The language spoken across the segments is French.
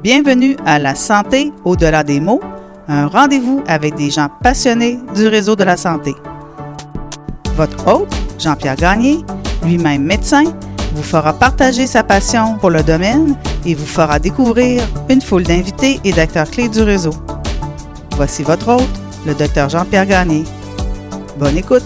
Bienvenue à La santé au-delà des mots, un rendez-vous avec des gens passionnés du réseau de la santé. Votre hôte, Jean-Pierre Gagné, lui-même médecin, vous fera partager sa passion pour le domaine et vous fera découvrir une foule d'invités et d'acteurs clés du réseau. Voici votre hôte, le Dr Jean-Pierre Gagné. Bonne écoute!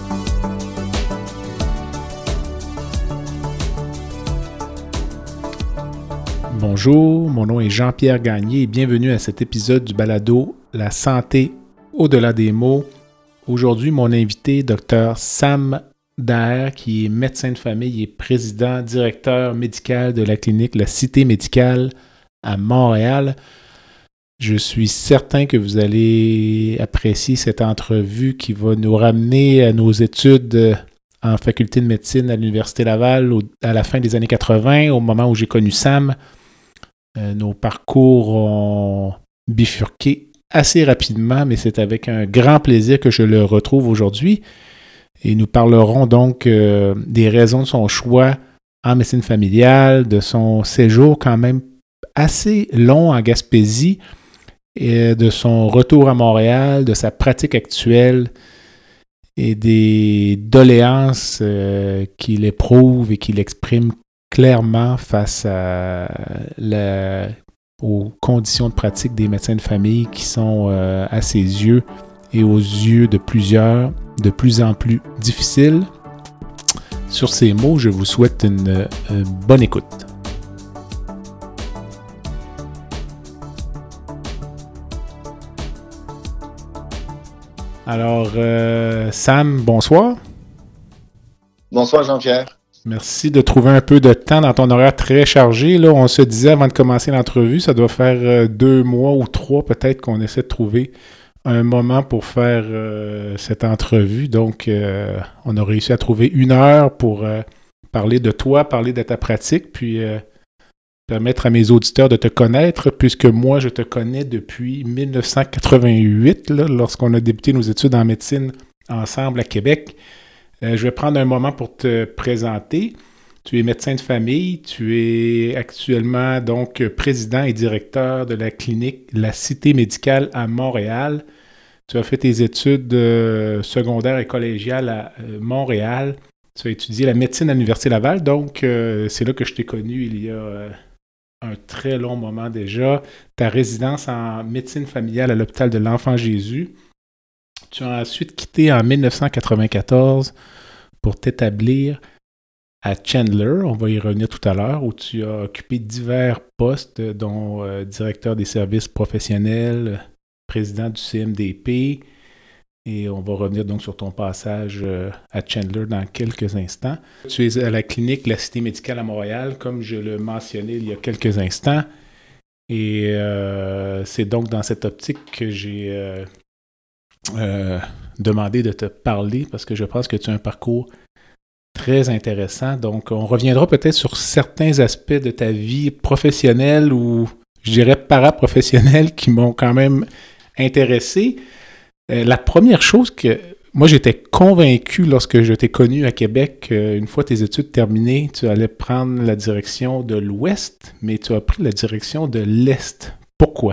Bonjour, mon nom est Jean-Pierre Gagné et bienvenue à cet épisode du balado La santé au-delà des mots. Aujourd'hui, mon invité, Dr Sam Daher, qui est médecin de famille et président, directeur médical de la clinique La Cité médicale à Montréal. Je suis certain que vous allez apprécier cette entrevue qui va nous ramener à nos études en faculté de médecine à l'Université Laval à la fin des années 80, au moment où j'ai connu Sam. Nos parcours ont bifurqué assez rapidement, mais c'est avec un grand plaisir que je le retrouve aujourd'hui. Et nous parlerons donc des raisons de son choix en médecine familiale, de son séjour quand même assez long en Gaspésie, et de son retour à Montréal, de sa pratique actuelle et des doléances qu'il éprouve et qu'il exprime clairement face aux conditions de pratique des médecins de famille qui sont à ses yeux et aux yeux de plusieurs de plus en plus difficiles. Sur ces mots, je vous souhaite une bonne écoute. Alors, Sam, bonsoir. Bonsoir Jean-Pierre. Merci de trouver un peu de temps dans ton horaire très chargé. Là, on se disait avant de commencer l'entrevue, ça doit faire 2 mois ou 3 peut-être qu'on essaie de trouver un moment pour faire cette entrevue. Donc, on a réussi à trouver 1 heure pour parler de toi, parler de ta pratique, puis permettre à mes auditeurs de te connaître, puisque moi, je te connais depuis 1988, là, lorsqu'on a débuté nos études en médecine ensemble à Québec. Je vais prendre un moment pour te présenter. Tu es médecin de famille, tu es actuellement donc président et directeur de la clinique La Cité médicale à Montréal. Tu as fait tes études secondaires et collégiales à Montréal. Tu as étudié la médecine à l'Université Laval, donc c'est là que je t'ai connu il y a un très long moment déjà. Ta résidence en médecine familiale à l'hôpital de l'Enfant Jésus. Tu as ensuite quitté en 1994 pour t'établir à Chandler, on va y revenir tout à l'heure, où tu as occupé divers postes, dont directeur des services professionnels, président du CMDP, et on va revenir donc sur ton passage à Chandler dans quelques instants. Tu es à la clinique La Cité médicale à Montréal, comme je le mentionnais il y a quelques instants, et c'est donc dans cette optique que j'ai demander de te parler parce que je pense que tu as un parcours très intéressant. Donc, on reviendra peut-être sur certains aspects de ta vie professionnelle ou, je dirais, paraprofessionnelle qui m'ont quand même intéressé. La première chose que moi, j'étais convaincu lorsque je t'ai connu à Québec, une fois tes études terminées, tu allais prendre la direction de l'Ouest, mais tu as pris la direction de l'Est. Pourquoi?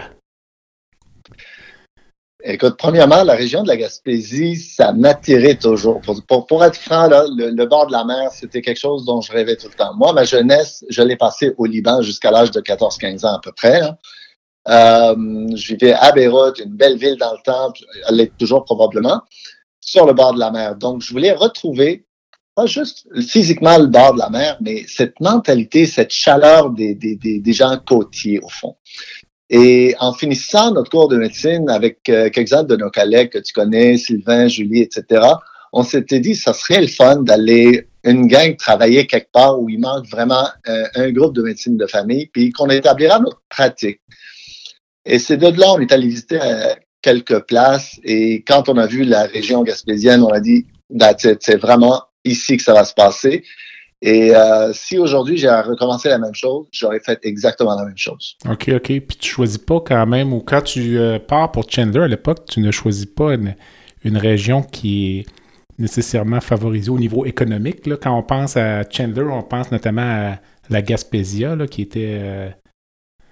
Écoute, premièrement, la région de la Gaspésie, ça m'attirait toujours. Pour être franc, là, le bord de la mer, c'était quelque chose dont je rêvais tout le temps. Moi, ma jeunesse, je l'ai passée au Liban jusqu'à l'âge de 14-15 ans à peu près. Je vivais à Beyrouth, une belle ville dans le temps, elle l'est toujours probablement, sur le bord de la mer. Donc, je voulais retrouver, pas juste physiquement le bord de la mer, mais cette mentalité, cette chaleur des gens côtiers, au fond. Et en finissant notre cours de médecine avec quelques-uns de nos collègues que tu connais, Sylvain, Julie, etc., on s'était dit que ça serait le fun d'aller une gang travailler quelque part où il manque vraiment un groupe de médecine de famille, puis qu'on établira notre pratique. Et c'est de là, on est allé visiter quelques places, et quand on a vu la région gaspésienne, on a dit c'est vraiment ici que ça va se passer. Et si aujourd'hui j'ai recommencé la même chose, j'aurais fait exactement la même chose. OK. Puis tu choisis pas quand même, ou quand tu pars pour Chandler à l'époque, tu ne choisis pas une région qui est nécessairement favorisée au niveau économique. Là. Quand on pense à Chandler, on pense notamment à la Gaspésia, là, qui était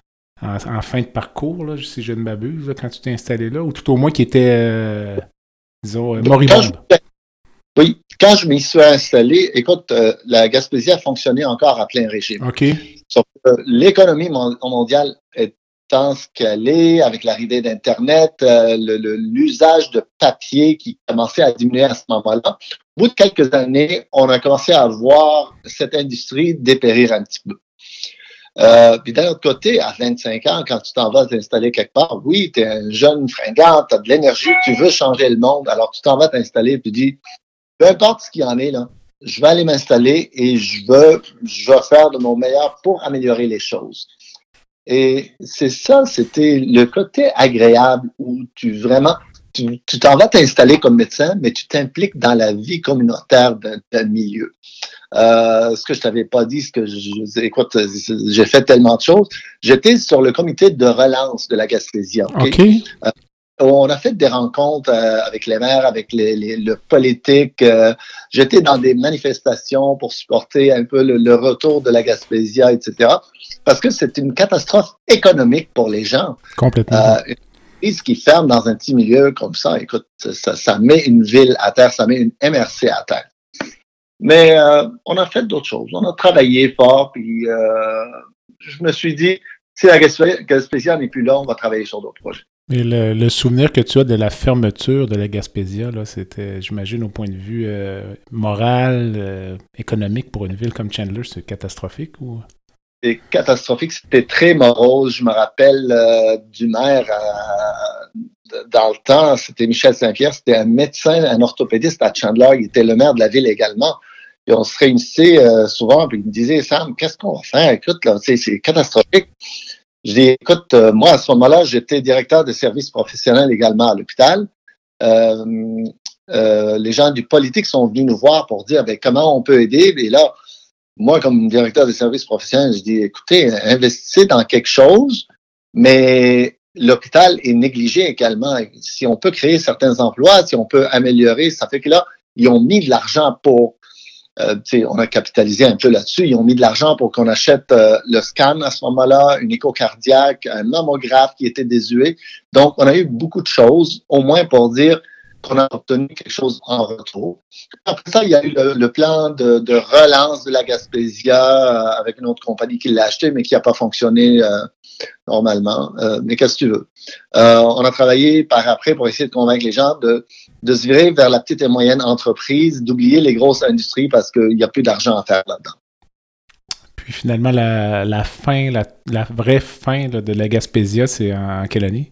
en fin de parcours, là, si je ne m'abuse, là, quand tu t'es installé là, ou tout au moins qui était, disons, moribonde. Oui, quand je m'y suis installé, écoute, la Gaspésie a fonctionné encore à plein régime. OK. Sauf que l'économie mondiale étant ce qu'elle est, avec l'arrivée d'Internet, l'usage de papier qui commençait à diminuer à ce moment-là, au bout de quelques années, on a commencé à voir cette industrie dépérir un petit peu. Puis d'un autre côté, à 25 ans, quand tu t'en vas t'installer quelque part, oui, tu es un jeune fringant, tu as de l'énergie, tu veux changer le monde, alors tu t'en vas t'installer, puis tu dis, peu importe ce qu'il y en est, là, je vais aller m'installer et je veux faire de mon meilleur pour améliorer les choses. Et c'est ça, c'était le côté agréable où tu t'en vas t'installer comme médecin, mais tu t'impliques dans la vie communautaire d'un milieu. Ce que je t'avais pas dit, écoute, j'ai fait tellement de choses. J'étais sur le comité de relance de la Gaspésie. OK. On a fait des rencontres avec les maires, avec le politique. J'étais dans des manifestations pour supporter un peu le retour de la Gaspésia, etc. Parce que c'est une catastrophe économique pour les gens. Complètement. Une crise qui ferme dans un petit milieu comme ça, écoute, ça met une ville à terre, ça met une MRC à terre. Mais on a fait d'autres choses. On a travaillé fort, puis je me suis dit, si la Gaspésia n'est plus là, on va travailler sur d'autres projets. Et le souvenir que tu as de la fermeture de la Gaspésia, là, c'était, j'imagine, au point de vue moral, économique, pour une ville comme Chandler, c'est catastrophique ou? C'est catastrophique, c'était très morose. Je me rappelle du maire dans le temps, c'était Michel Saint-Pierre, c'était un médecin, un orthopédiste à Chandler, il était le maire de la ville également. Et on se réunissait souvent, puis il me disait, Sam, qu'est-ce qu'on va faire? Écoute, là, c'est catastrophique. Je dis, écoute, moi, à ce moment-là, j'étais directeur de services professionnels également à l'hôpital. Les gens du politique sont venus nous voir pour dire, ben, comment on peut aider? Et là, moi, comme directeur de services professionnels, je dis, écoutez, investissez dans quelque chose, mais l'hôpital est négligé également. Si on peut créer certains emplois, si on peut améliorer, ça fait que là, ils ont mis de l'argent pour on a capitalisé un peu là-dessus. Ils ont mis de l'argent pour qu'on achète le scan à ce moment-là, une écho cardiaque, un mammographe qui était désuet. Donc, on a eu beaucoup de choses, au moins pour dire qu'on a obtenu quelque chose en retour. Après ça, il y a eu le plan de relance de la Gaspésia avec une autre compagnie qui l'a acheté, mais qui n'a pas fonctionné normalement. Mais qu'est-ce que tu veux? On a travaillé par après pour essayer de convaincre les gens de se virer vers la petite et moyenne entreprise, d'oublier les grosses industries parce qu'il n'y a plus d'argent à faire là-dedans. Puis finalement, la fin, la vraie fin là, de la Gaspésia, c'est en quelle année?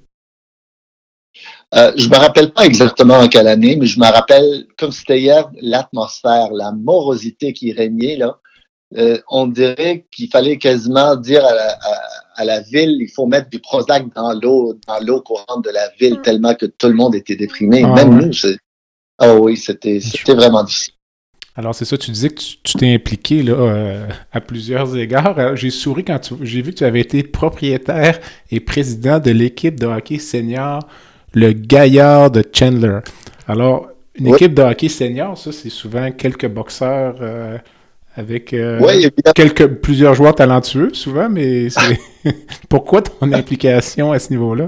Je me rappelle pas exactement en quelle année, mais je me rappelle, comme c'était hier, l'atmosphère, la morosité qui régnait, là. On dirait qu'il fallait quasiment dire à la ville, il faut mettre du Prozac dans l'eau courante de la ville, tellement que tout le monde était déprimé. Ah, même ouais. nous, c'était vraiment difficile. Alors, c'est ça, tu disais que tu t'es impliqué là, à plusieurs égards. J'ai souri quand j'ai vu que tu avais été propriétaire et président de l'équipe de hockey senior, le Gaillard de Chandler. Alors, une équipe de hockey senior, ça, c'est souvent quelques boxeurs avec plusieurs joueurs talentueux, souvent, mais c'est pourquoi ton implication à ce niveau-là?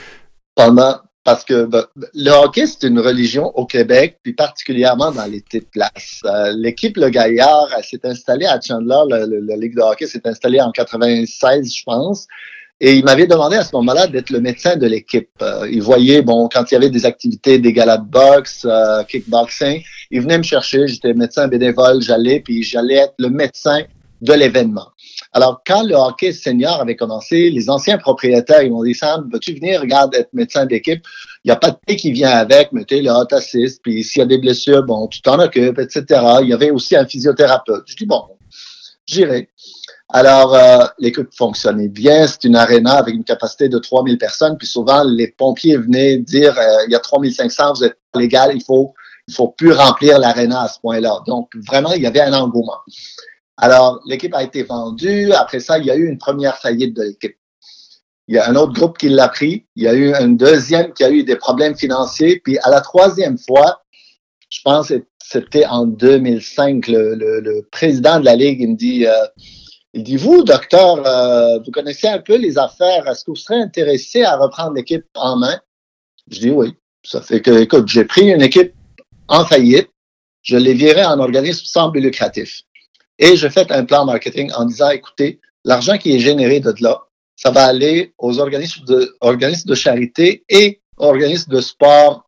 Parce que le hockey, c'est une religion au Québec, puis particulièrement dans les petites places. L'équipe Le Gaillard, elle s'est installée à Chandler, la Ligue de hockey s'est installée en 96, je pense. Et il m'avait demandé à ce moment-là d'être le médecin de l'équipe. Il voyait, quand il y avait des activités, des galas de boxe, kickboxing, il venait me chercher, j'étais médecin bénévole, puis j'allais être le médecin de l'événement. Alors, quand le hockey senior avait commencé, les anciens propriétaires, ils m'ont dit, Sam, veux-tu venir, regarde, être médecin d'équipe? Il n'y a pas de paie qui vient avec, mais tu es là, t'assistes, puis s'il y a des blessures, tu t'en occupes, etc. Il y avait aussi un physiothérapeute. Je dis, j'irai. Alors, l'équipe fonctionnait bien. C'est une aréna avec une capacité de 3000 personnes. Puis souvent, les pompiers venaient dire, il y a 3500, vous êtes légal, il faut plus remplir l'aréna à ce point-là. Donc, vraiment, il y avait un engouement. Alors, l'équipe a été vendue. Après ça, il y a eu une première faillite de l'équipe. Il y a un autre groupe qui l'a pris. Il y a eu un deuxième qui a eu des problèmes financiers. Puis à la troisième fois, je pense que c'était en 2005, le président de la Ligue, il me dit... Il dit, vous, docteur, vous connaissez un peu les affaires. Est-ce que vous serez intéressé à reprendre l'équipe en main? Je dis oui. Ça fait que, écoute, j'ai pris une équipe en faillite. Je l'ai virée en organisme sans but lucratif. Et je fais un plan marketing en disant, écoutez, l'argent qui est généré de là, ça va aller aux organismes de charité et aux organismes de sport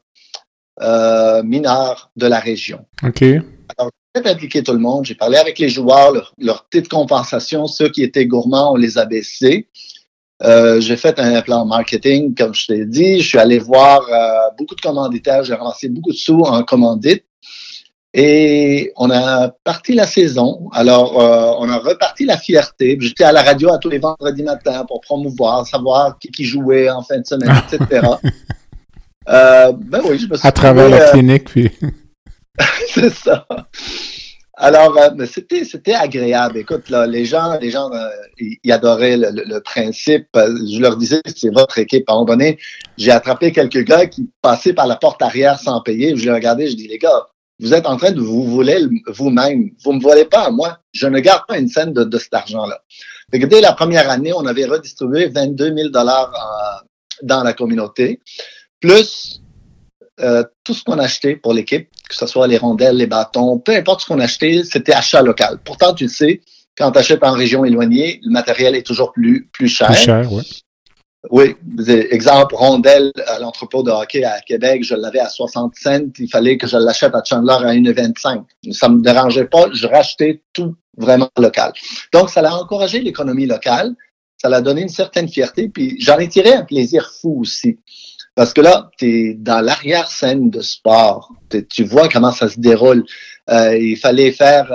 mineurs de la région. OK. Alors, j'ai fait impliquer tout le monde. J'ai parlé avec les joueurs, leur petite compensation. Ceux qui étaient gourmands, on les a baissés. J'ai fait un plan marketing, comme je t'ai dit. Je suis allé voir beaucoup de commanditaires. J'ai ramassé beaucoup de sous en commandite. Et on a parti la saison. Alors, on a reparti la fierté. J'étais à la radio à tous les vendredis matins pour promouvoir, savoir qui jouait en fin de semaine, etc. Ben oui, je me suis à travers la clinique, puis... C'est ça. Alors, c'était agréable. Écoute, là, les gens, ils adoraient le principe. Je leur disais, c'est votre équipe. À un moment donné, j'ai attrapé quelques gars qui passaient par la porte arrière sans payer. Je les regardais, je dis, les gars, vous êtes en train de vous voler vous-même. Vous me volez pas à moi. Je ne garde pas une scène de cet argent-là. Fait que dès la première année, on avait redistribué 22 000 dans la communauté, plus tout ce qu'on achetait pour l'équipe, que ce soit les rondelles, les bâtons, peu importe ce qu'on achetait, c'était achat local. Pourtant, tu le sais, quand tu achètes en région éloignée, le matériel est toujours plus cher. Plus cher, oui. Oui, exemple, rondelle à l'entrepôt de hockey à Québec, je l'avais à 60 cents, il fallait que je l'achète à Chandler à 1,25. Ça me dérangeait pas, je rachetais tout vraiment local. Donc, ça l'a encouragé l'économie locale, ça l'a donné une certaine fierté, puis j'en ai tiré un plaisir fou aussi. Parce que là, tu es dans l'arrière-scène de sport. Tu vois comment ça se déroule. Il fallait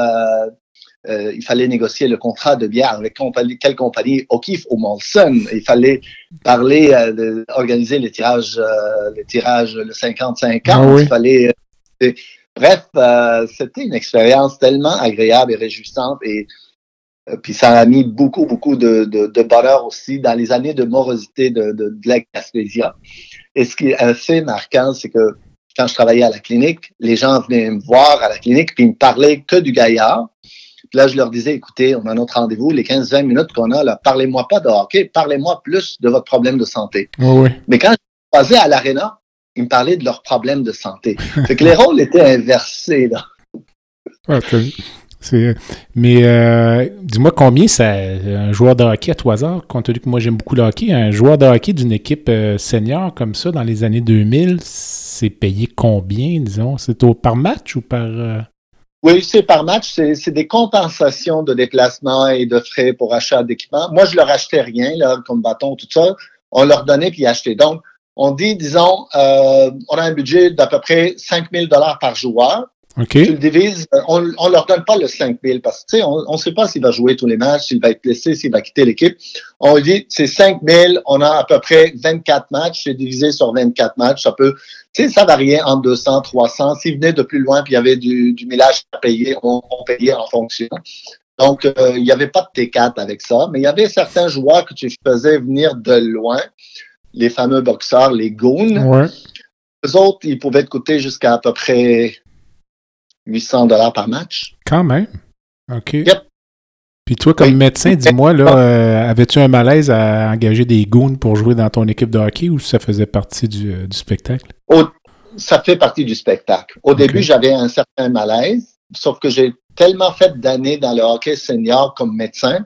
négocier le contrat de bière avec quelle compagnie? O'Keeffe ou Molson. Il fallait parler, organiser le tirage, le 50-50. Ah oui. Il fallait, bref, c'était une expérience tellement agréable et réjouissante et puis ça a mis beaucoup de bonheur aussi dans les années de morosité de la Gaspésie. Et ce qui est assez marquant, c'est que quand je travaillais à la clinique, les gens venaient me voir à la clinique puis ils me parlaient que du gaillard. Puis là, je leur disais, écoutez, on a notre rendez-vous, les 15-20 minutes qu'on a, là, parlez-moi pas de hockey, parlez-moi plus de votre problème de santé. Oui. Mais quand je passais à l'aréna, ils me parlaient de leurs problèmes de santé. Fait que les rôles étaient inversés, là. Ah, mais dis-moi combien un joueur de hockey à tout hasard, compte tenu que moi j'aime beaucoup le hockey, un joueur de hockey d'une équipe senior comme ça dans les années 2000, c'est payé combien, disons? C'est par match ou par... Oui, c'est par match. C'est des compensations de déplacement et de frais pour achat d'équipement. Moi, je leur achetais rien, là, comme bâton, tout ça. On leur donnait puis ils achetaient. Donc, on dit, disons, on a un budget d'à peu près 5 000 $ par joueur. Okay. Tu le divises, on leur donne pas le 5 000 parce que, tu sais, on sait pas s'il va jouer tous les matchs, s'il va être blessé, s'il va quitter l'équipe. On dit, c'est 5 000, on a à peu près 24 matchs, c'est divisé sur 24 matchs, ça peut, tu sais, ça variait entre 200, 300. S'il venait de plus loin puis il y avait du millage à payer, on payait en fonction. Donc, il y avait pas de T4 avec ça, mais il y avait certains joueurs que tu faisais venir de loin, les fameux boxeurs, les goons. Ouais. Eux autres, ils pouvaient te coûter jusqu'à peu près 800 $ par match. Quand même. OK. Yep. Puis toi, comme médecin, dis-moi, là, avais-tu un malaise à engager des goons pour jouer dans ton équipe de hockey ou ça faisait partie du spectacle? Ça fait partie du spectacle. Au début, j'avais un certain malaise, sauf que j'ai tellement fait d'années dans le hockey senior comme médecin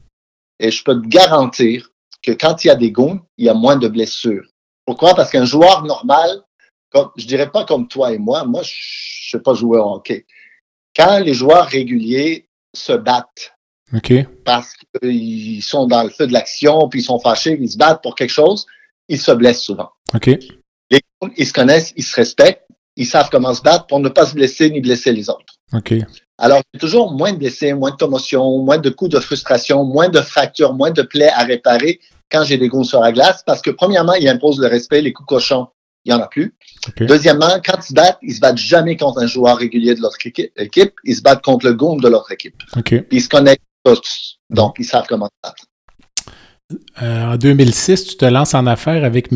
et je peux te garantir que quand il y a des goons, il y a moins de blessures. Pourquoi? Parce qu'un joueur normal, je dirais pas comme toi et moi je sais pas jouer au hockey. Quand les joueurs réguliers se battent, parce qu'ils sont dans le feu de l'action, puis ils sont fâchés, ils se battent pour quelque chose, ils se blessent souvent. Les gars, ils se connaissent, ils se respectent, ils savent comment se battre pour ne pas se blesser ni blesser les autres. Alors, il y a toujours moins de blessés, moins de commotions, moins de coups de frustration, moins de fractures, moins de plaies à réparer quand j'ai des goons sur la glace, parce que premièrement, ils imposent le respect, les coups cochons, il n'y en a plus. Deuxièmement, quand ils se battent jamais contre un joueur régulier de l'autre équipe, ils se battent contre le goon de l'autre équipe. Puis ils se connectent tous, donc ils savent comment se battre. En 2006, tu te lances en affaires avec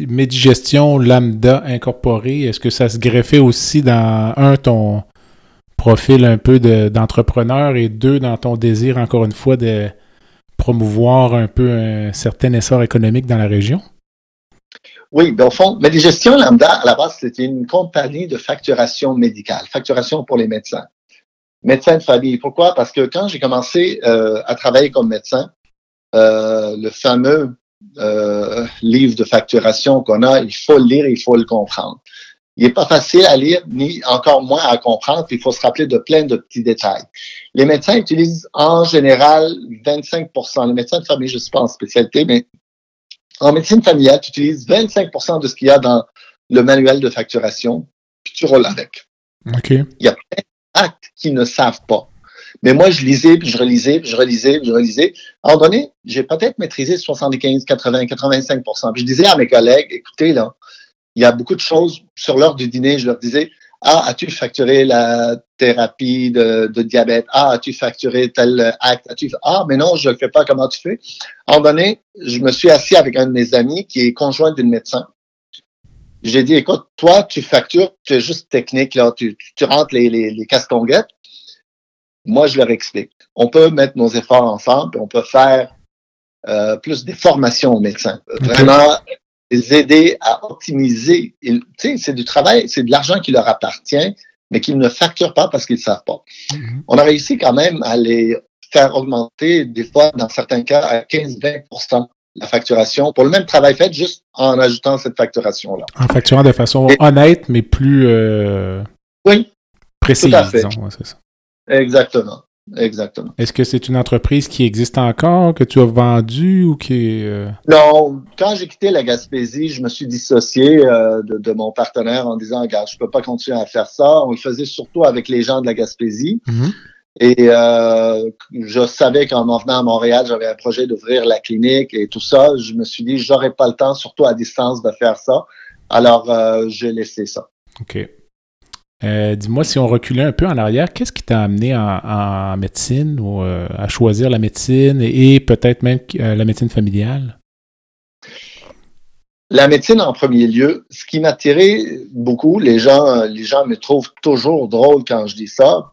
Medigestion Lambda Incorporée. Est-ce que ça se greffait aussi dans, ton profil un peu d'entrepreneur et deux, dans ton désir, encore une fois, de promouvoir un peu un certain essor économique dans la région? Oui, au fond, mais les gestions lambda, à la base, c'était une compagnie de facturation médicale, facturation pour les médecins. Médecin de famille. Pourquoi? Parce que quand j'ai commencé à travailler comme médecin, le fameux livre de facturation qu'on a, il faut le lire, il faut le comprendre. Il n'est pas facile à lire, ni encore moins à comprendre, puis il faut se rappeler de plein de petits détails. Les médecins utilisent en général 25%. Les médecins de famille, je ne suis pas en spécialité, mais en médecine familiale, tu utilises 25% de ce qu'il y a dans le manuel de facturation, puis tu roules avec. OK. Il y a plein d'actes qui ne savent pas. Mais moi, je lisais, puis je relisais, puis je relisais, puis je relisais. À un moment donné, j'ai peut-être maîtrisé 75, 80, 85%. Puis je disais à mes collègues, écoutez, là, il y a beaucoup de choses sur l'heure du dîner. Je leur disais, as-tu facturé la thérapie de diabète? As-tu facturé tel acte? Mais non, je ne le fais pas. Comment tu fais? À un moment donné, je me suis assis avec un de mes amis qui est conjoint d'une médecin. J'ai dit, écoute, toi, tu factures, tu es juste technique, là, tu rentres les castonguettes. Moi, je leur explique. On peut mettre nos efforts ensemble et on peut faire plus des formations aux médecins. Vraiment les aider à optimiser. Tu sais, c'est du travail, c'est de l'argent qui leur appartient, mais qu'ils ne facturent pas parce qu'ils ne savent pas. Mm-hmm. On a réussi quand même à les faire augmenter, des fois, dans certains cas, à 15-20% la facturation pour le même travail fait, juste en ajoutant cette facturation-là. En facturant de façon honnête, mais plus précise, tout à fait. disons. Ouais, c'est ça. Exactement. Exactement. Est-ce que c'est une entreprise qui existe encore, que tu as vendue ou qui est... Non, quand j'ai quitté la Gaspésie, je me suis dissocié de mon partenaire en disant, regarde, je peux pas continuer à faire ça. On le faisait surtout avec les gens de la Gaspésie. Mm-hmm. Et je savais qu'en venant à Montréal, j'avais un projet d'ouvrir la clinique et tout ça. Je me suis dit, j'aurais pas le temps, surtout à distance, de faire ça. Alors, j'ai laissé ça. OK. Dis-moi, si on reculait un peu en arrière, qu'est-ce qui t'a amené en médecine ou à choisir la médecine et peut-être même la médecine familiale? La médecine en premier lieu, ce qui m'attirait beaucoup, les gens me trouvent toujours drôle quand je dis ça,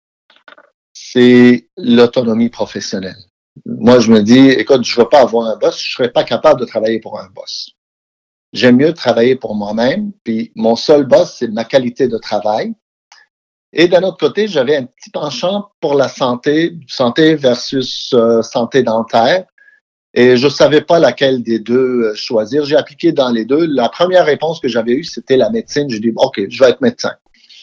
c'est l'autonomie professionnelle. Moi, je me dis, écoute, je ne veux pas avoir un boss, je ne serais pas capable de travailler pour un boss. J'aime mieux travailler pour moi-même, puis mon seul boss, c'est ma qualité de travail. Et d'un autre côté, j'avais un petit penchant pour la santé versus santé dentaire. Et je ne savais pas laquelle des deux choisir. J'ai appliqué dans les deux. La première réponse que j'avais eue, c'était la médecine. J'ai dit, OK, je vais être médecin.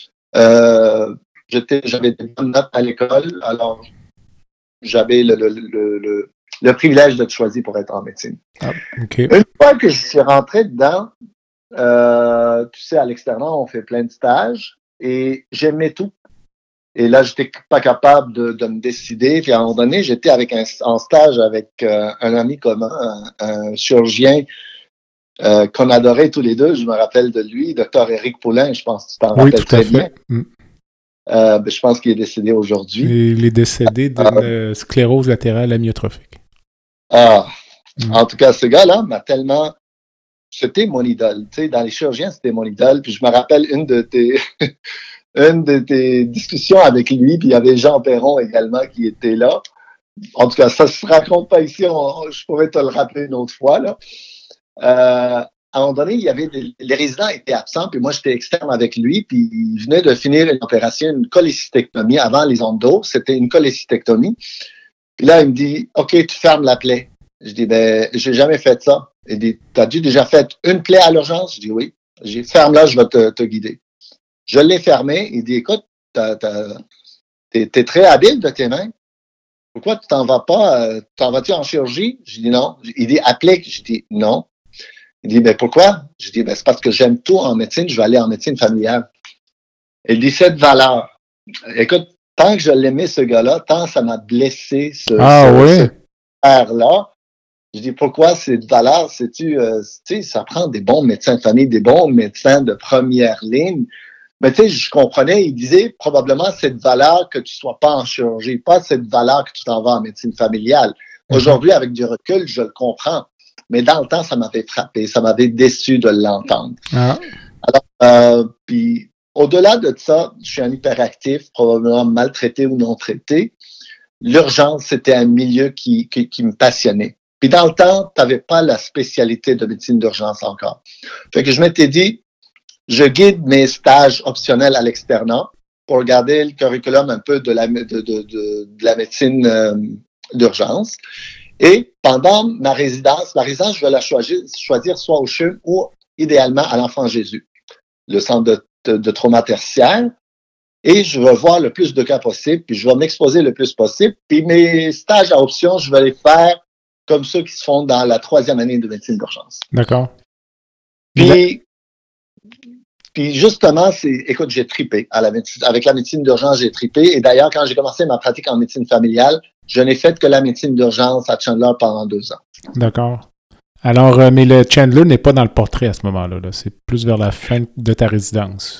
J'avais des bonnes notes à l'école, alors j'avais le privilège d'être choisi pour être en médecine. Ah, okay. Une fois que je suis rentré dedans, tu sais, à l'externat, on fait plein de stages et j'aimais tout. Et là, j'étais pas capable de me décider. Puis à un moment donné, j'étais en stage avec un ami commun, un chirurgien qu'on adorait tous les deux. Je me rappelle de lui, Dr. Éric Poulain, je pense que tu t'en rappelles très bien. Je pense qu'il est décédé aujourd'hui. Il est décédé d'une sclérose latérale amyotrophique. En tout cas, ce gars-là m'a tellement... C'était mon idole. Tu sais, dans les chirurgiens, c'était mon idole. Puis je me rappelle une de tes discussions avec lui, puis il y avait Jean Perron également qui était là. En tout cas, ça ne se raconte pas ici. Je pourrais te le rappeler une autre fois, là. À un moment donné, il y avait les résidents étaient absents, puis moi, j'étais externe avec lui, puis il venait de finir une opération, une cholécystectomie avant les ondes d'eau. C'était une cholécystectomie. Puis là, il me dit, OK, tu fermes la plaie. Je dis, j'ai jamais fait ça. Il dit, t'as-tu déjà fait une plaie à l'urgence? Je dis, oui. J'ai dit, ferme-la, je vais te guider. Je l'ai fermé. Il dit, écoute, t'es très habile de tes mains. Pourquoi tu t'en vas pas? T'en vas-tu en chirurgie? Je dis non. Il dit, applique. Je dis non. Il dit, pourquoi? Je dis, c'est parce que j'aime tout en médecine, je vais aller en médecine familiale. Il dit, cette valeur. Écoute, tant que je l'aimais, ce gars-là, tant ça m'a blessé, ce père-là. Je dis, pourquoi cette valeur? Tu sais, ça prend des bons médecins de famille, des bons médecins de première ligne. Mais tu sais, je comprenais, il disait probablement cette valeur que tu ne sois pas en chirurgie, pas cette valeur que tu t'en vas en médecine familiale. Aujourd'hui, avec du recul, je le comprends. Mais dans le temps, ça m'avait frappé, ça m'avait déçu de l'entendre. Alors, puis Au-delà de ça, je suis un hyperactif, probablement maltraité ou non traité. L'urgence, c'était un milieu qui me passionnait. Puis dans le temps, tu n'avais pas la spécialité de médecine d'urgence encore. Fait que je m'étais dit, je guide mes stages optionnels à l'externat pour regarder le curriculum un peu de la médecine d'urgence. Et pendant ma résidence, je vais la choisir soit au CHUM ou idéalement à l'Enfant Jésus, le centre de trauma tertiaire. Et je vais voir le plus de cas possible, puis je vais m'exposer le plus possible. Puis mes stages à option, je vais les faire comme ceux qui se font dans la 3e année de médecine d'urgence. D'accord. Puis justement, écoute, j'ai tripé avec la médecine d'urgence, j'ai tripé. Et d'ailleurs, quand j'ai commencé ma pratique en médecine familiale, je n'ai fait que la médecine d'urgence à Chandler pendant 2 ans. D'accord. Alors, mais le Chandler n'est pas dans le portrait à ce moment-là. Là. C'est plus vers la fin de ta résidence.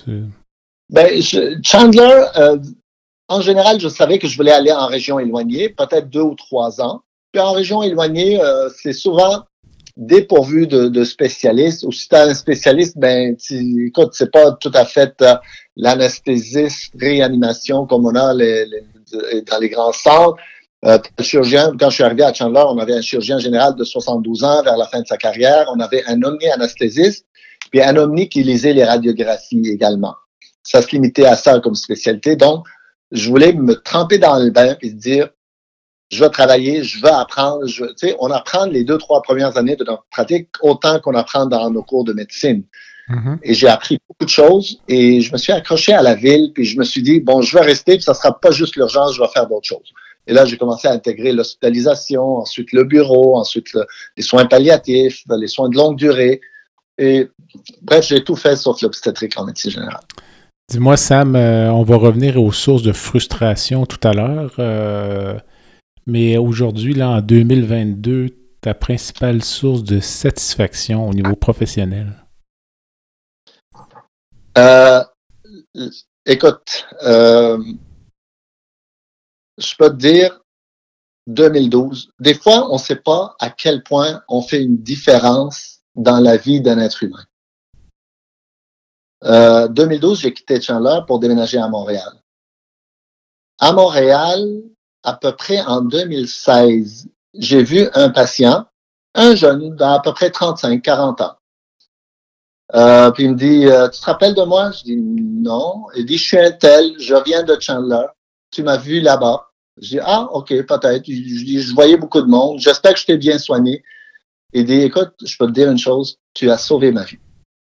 Chandler, en général, je savais que je voulais aller en région éloignée, peut-être 2 ou 3 ans. Puis en région éloignée, c'est souvent dépourvu de spécialistes. Ou si tu as un spécialiste, écoute, c'est pas tout à fait l'anesthésiste, réanimation comme on a dans les grands centres. Le chirurgien, quand je suis arrivé à Chandler, on avait un chirurgien général de 72 ans vers la fin de sa carrière. On avait un omni-anesthésiste, puis un omni qui lisait les radiographies également. Ça se limitait à ça comme spécialité. Donc, je voulais me tremper dans le bain et dire, je vais travailler, je vais apprendre. On apprend les 2-3 premières années de notre pratique autant qu'on apprend dans nos cours de médecine. Mm-hmm. Et j'ai appris beaucoup de choses et je me suis accroché à la ville puis je me suis dit, bon, je vais rester puis ça sera pas juste l'urgence, je vais faire d'autres choses. Et là, j'ai commencé à intégrer l'hospitalisation, ensuite le bureau, ensuite les soins palliatifs, les soins de longue durée. Et bref, j'ai tout fait sauf l'obstétrique en médecine générale. Dis-moi, Sam, on va revenir aux sources de frustration tout à l'heure. Mais aujourd'hui, là, en 2022, ta principale source de satisfaction au niveau professionnel? Écoute, je peux te dire 2012. Des fois, on ne sait pas à quel point on fait une différence dans la vie d'un être humain. 2012, j'ai quitté Chandler pour déménager à Montréal. À Montréal, à peu près en 2016, j'ai vu un patient, un jeune d'à peu près 35-40 ans. Puis il me dit, tu te rappelles de moi? Je dis, non. Il dit, je suis un tel, je viens de Chandler. Tu m'as vu là-bas. Je dis, ah, OK, peut-être. Je dis, je voyais beaucoup de monde. J'espère que je t'ai bien soigné. Il dit, écoute, je peux te dire une chose, tu as sauvé ma vie.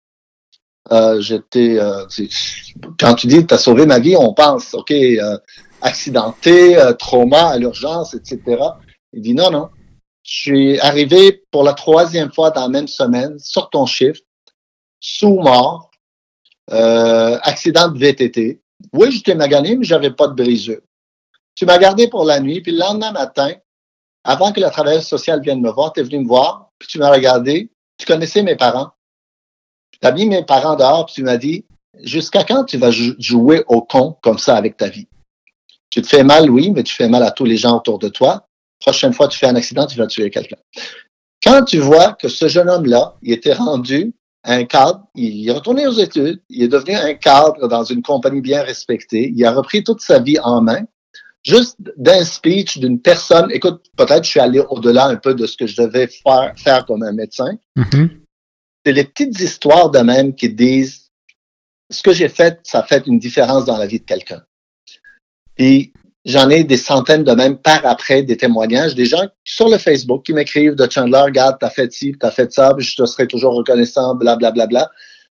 Quand tu dis que tu as sauvé ma vie, on pense, OK, accidenté, trauma à l'urgence, etc. Il dit, non. Je suis arrivé pour la 3e fois dans la même semaine, sur ton shift, sous mort, accident de VTT. Oui, j'étais magané, mais j'avais pas de brisure. Tu m'as gardé pour la nuit, puis le lendemain matin, avant que la travailleuse sociale vienne me voir, tu es venu me voir, puis tu m'as regardé, tu connaissais mes parents. Tu as mis mes parents dehors, puis tu m'as dit, jusqu'à quand tu vas jouer au con comme ça avec ta vie? Tu te fais mal, oui, mais tu fais mal à tous les gens autour de toi. Prochaine fois, tu fais un accident, tu vas tuer quelqu'un. Quand tu vois que ce jeune homme-là, il était rendu un cadre, il est retourné aux études, il est devenu un cadre dans une compagnie bien respectée, il a repris toute sa vie en main, juste d'un speech d'une personne, écoute, peut-être je suis allé au-delà un peu de ce que je devais faire comme un médecin. Mm-hmm. C'est les petites histoires de même qui disent, ce que j'ai fait, ça a fait une différence dans la vie de quelqu'un. Puis, j'en ai des centaines de même par après, des témoignages, des gens sur le Facebook qui m'écrivent de Chandler, regarde, t'as fait ci, t'as fait ça, je te serai toujours reconnaissant, blablabla.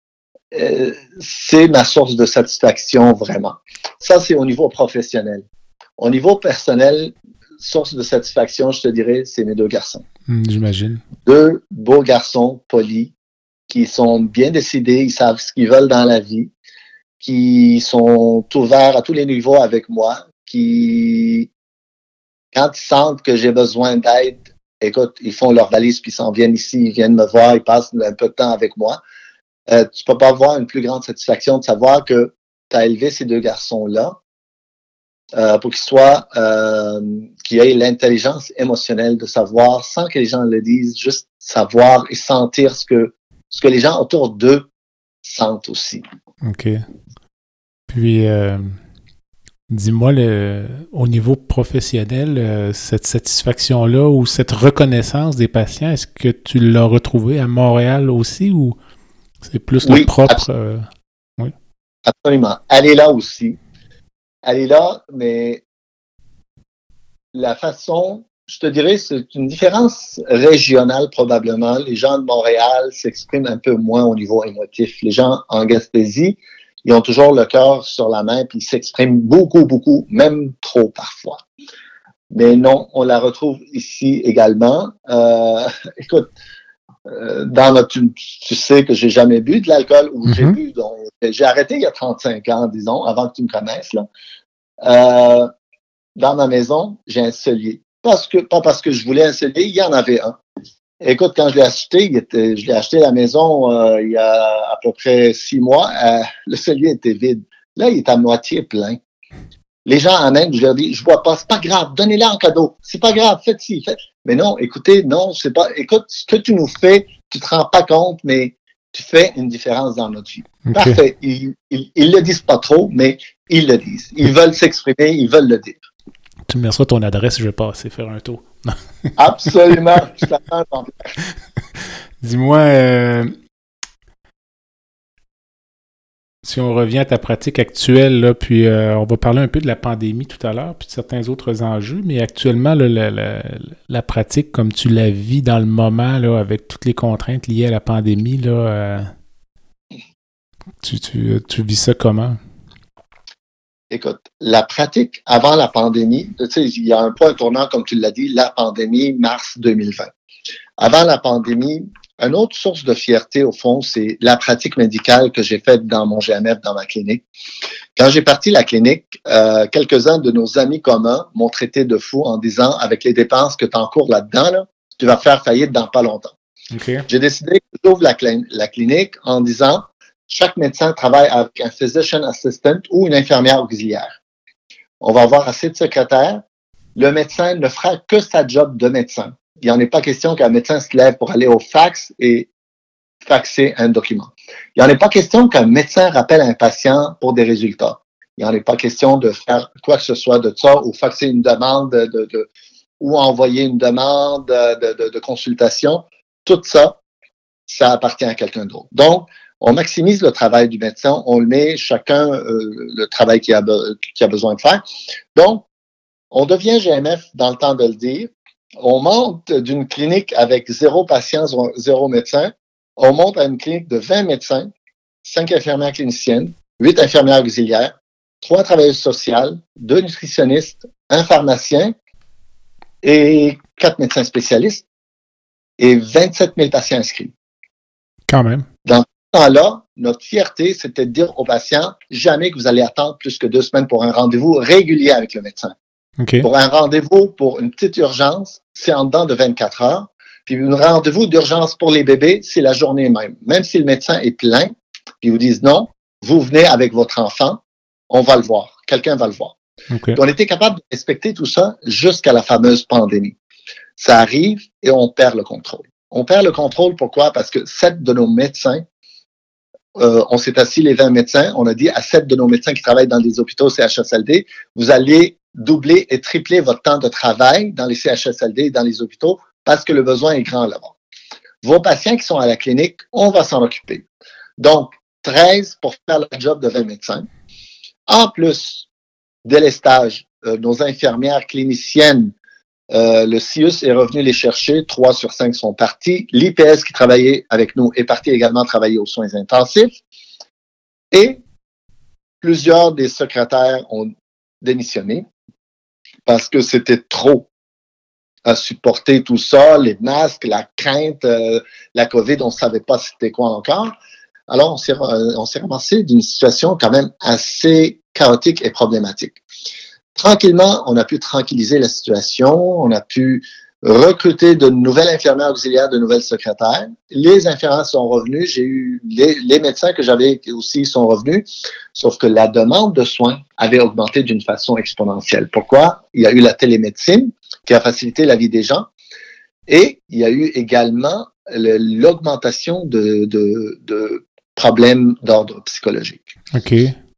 C'est ma source de satisfaction, vraiment. Ça, c'est au niveau professionnel. Au niveau personnel, source de satisfaction, je te dirais, c'est mes 2 garçons. J'imagine. 2 beaux garçons polis qui sont bien décidés, ils savent ce qu'ils veulent dans la vie, qui sont ouverts à tous les niveaux avec moi, qui, quand ils sentent que j'ai besoin d'aide, écoute, ils font leur valise, puis ils s'en viennent ici, ils viennent me voir, ils passent un peu de temps avec moi. Tu peux pas avoir une plus grande satisfaction de savoir que tu as élevé ces 2 garçons-là pour qu'ils aient l'intelligence émotionnelle de savoir, sans que les gens le disent, juste savoir et sentir ce que les gens autour d'eux sentent aussi. OK. Puis, dis-moi, au niveau professionnel, cette satisfaction-là ou cette reconnaissance des patients, est-ce que tu l'as retrouvée à Montréal aussi ou c'est plus le Oui, propre? Oui. absolument. Elle est là aussi. Elle est là, mais la façon, je te dirais, c'est une différence régionale probablement. Les gens de Montréal s'expriment un peu moins au niveau émotif. Les gens en Gaspésie, ils ont toujours le cœur sur la main, puis ils s'expriment beaucoup, beaucoup, même trop parfois. Mais non, on la retrouve ici également. Écoute, tu sais que j'ai jamais bu de l'alcool ou j'ai bu, donc j'ai arrêté il y a 35 ans, disons, avant que tu me connaisses, là. Dans ma maison, j'ai un cellier. Pas parce que je voulais un cellier, il y en avait un. Écoute, quand je l'ai acheté, je l'ai acheté à la maison il y a à peu près 6 mois. Le cellier était vide. Là, il est à moitié plein. Les gens amènent, je leur dis, je bois pas, c'est pas grave, donnez-la en cadeau. C'est pas grave, faites-ci, faites. Mais non, écoutez, non, c'est pas. Écoute, ce que tu nous fais, tu te rends pas compte, mais tu fais une différence dans notre vie. Okay. Parfait. Ils le disent pas trop, mais ils le disent. Ils veulent s'exprimer, ils veulent le dire. Tu me mettras ton adresse, je vais passer faire un tour. Absolument, je t'attends. Dis-moi, si on revient à ta pratique actuelle, là, puis on va parler un peu de la pandémie tout à l'heure, puis de certains autres enjeux, mais actuellement, là, la pratique comme tu la vis dans le moment, là, avec toutes les contraintes liées à la pandémie, là, tu vis ça comment? Écoute, la pratique avant la pandémie, tu sais, il y a un point tournant, comme tu l'as dit, la pandémie, mars 2020. Avant la pandémie, une autre source de fierté, au fond, c'est la pratique médicale que j'ai faite dans mon GMF, dans ma clinique. Quand j'ai parti la clinique, quelques-uns de nos amis communs m'ont traité de fou en disant, avec les dépenses que tu encours là-dedans, là, tu vas faire faillite dans pas longtemps. Okay. J'ai décidé que j'ouvre la clinique en disant, chaque médecin travaille avec un physician assistant ou une infirmière auxiliaire. On va avoir assez de secrétaires. Le médecin ne fera que sa job de médecin. Il n'y en est pas question qu'un médecin se lève pour aller au fax et faxer un document. Il n'y en est pas question qu'un médecin rappelle un patient pour des résultats. Il n'y en est pas question de faire quoi que ce soit de ça ou faxer une demande ou envoyer une demande de consultation. Tout ça, ça appartient à quelqu'un d'autre. Donc, on maximise le travail du médecin, on le met chacun le travail qu'il a besoin de faire. Donc, on devient GMF dans le temps de le dire. On monte d'une clinique avec 0 patient, 0 médecin. On monte à une clinique de 20 médecins, 5 infirmières cliniciennes, 8 infirmières auxiliaires, 3 travailleuses sociales, 2 nutritionnistes, 1 pharmacien et 4 médecins spécialistes et 27 000 patients inscrits. Quand même. Dans ce temps-là, notre fierté, c'était de dire aux patients, jamais que vous allez attendre plus que 2 semaines pour un rendez-vous régulier avec le médecin. Okay. Pour un rendez-vous pour une petite urgence, c'est en dedans de 24 heures. Puis un rendez-vous d'urgence pour les bébés, c'est la journée même. Même si le médecin est plein, puis ils vous disent non, vous venez avec votre enfant, on va le voir. Quelqu'un va le voir. Okay. On était capable de respecter tout ça jusqu'à la fameuse pandémie. Ça arrive et on perd le contrôle. On perd le contrôle, pourquoi? Parce que 7 de nos médecins, on s'est assis les 20 médecins, on a dit à 7 de nos médecins qui travaillent dans des hôpitaux CHSLD, vous allez doubler et tripler votre temps de travail dans les CHSLD et dans les hôpitaux parce que le besoin est grand là-bas. Vos patients qui sont à la clinique, on va s'en occuper. Donc, 13 pour faire le job de 20 médecins. En plus, délestage, nos infirmières cliniciennes, le CIUS est revenu les chercher, 3 sur 5 sont partis. L'IPS qui travaillait avec nous est parti également travailler aux soins intensifs. Et plusieurs des secrétaires ont démissionné parce que c'était trop à supporter tout ça, les masques, la crainte, la COVID, on ne savait pas c'était quoi encore. Alors, on s'est ramassé d'une situation quand même assez chaotique et problématique. Tranquillement, on a pu tranquilliser la situation, on a pu recruter de nouvelles infirmières auxiliaires, de nouvelles secrétaires. Les infirmières sont revenus, j'ai eu les médecins que j'avais aussi sont revenus, sauf que la demande de soins avait augmenté d'une façon exponentielle. Pourquoi? Il y a eu la télémédecine qui a facilité la vie des gens et il y a eu également l'augmentation de problèmes d'ordre psychologique. Okay.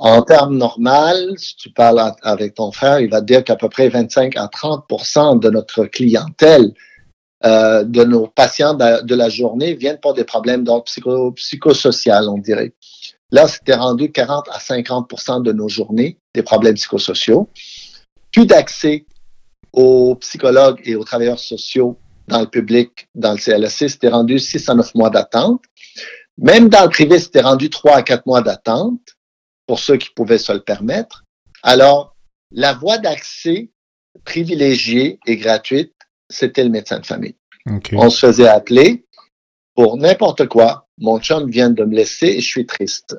En termes normaux, si tu parles avec ton frère, il va te dire qu'à peu près 25 à 30% de notre clientèle, de nos patients de la journée viennent pour des problèmes d'ordre psychosocial, on dirait. Là, c'était rendu 40 à 50% de nos journées, des problèmes psychosociaux. Plus d'accès aux psychologues et aux travailleurs sociaux dans le public, dans le CLSC, c'était rendu 6 à 9 mois d'attente. Même dans le privé, c'était rendu 3 à 4 mois d'attente pour ceux qui pouvaient se le permettre. Alors, la voie d'accès privilégiée et gratuite, c'était le médecin de famille. Okay. On se faisait appeler pour n'importe quoi. Mon chum vient de me laisser et je suis triste.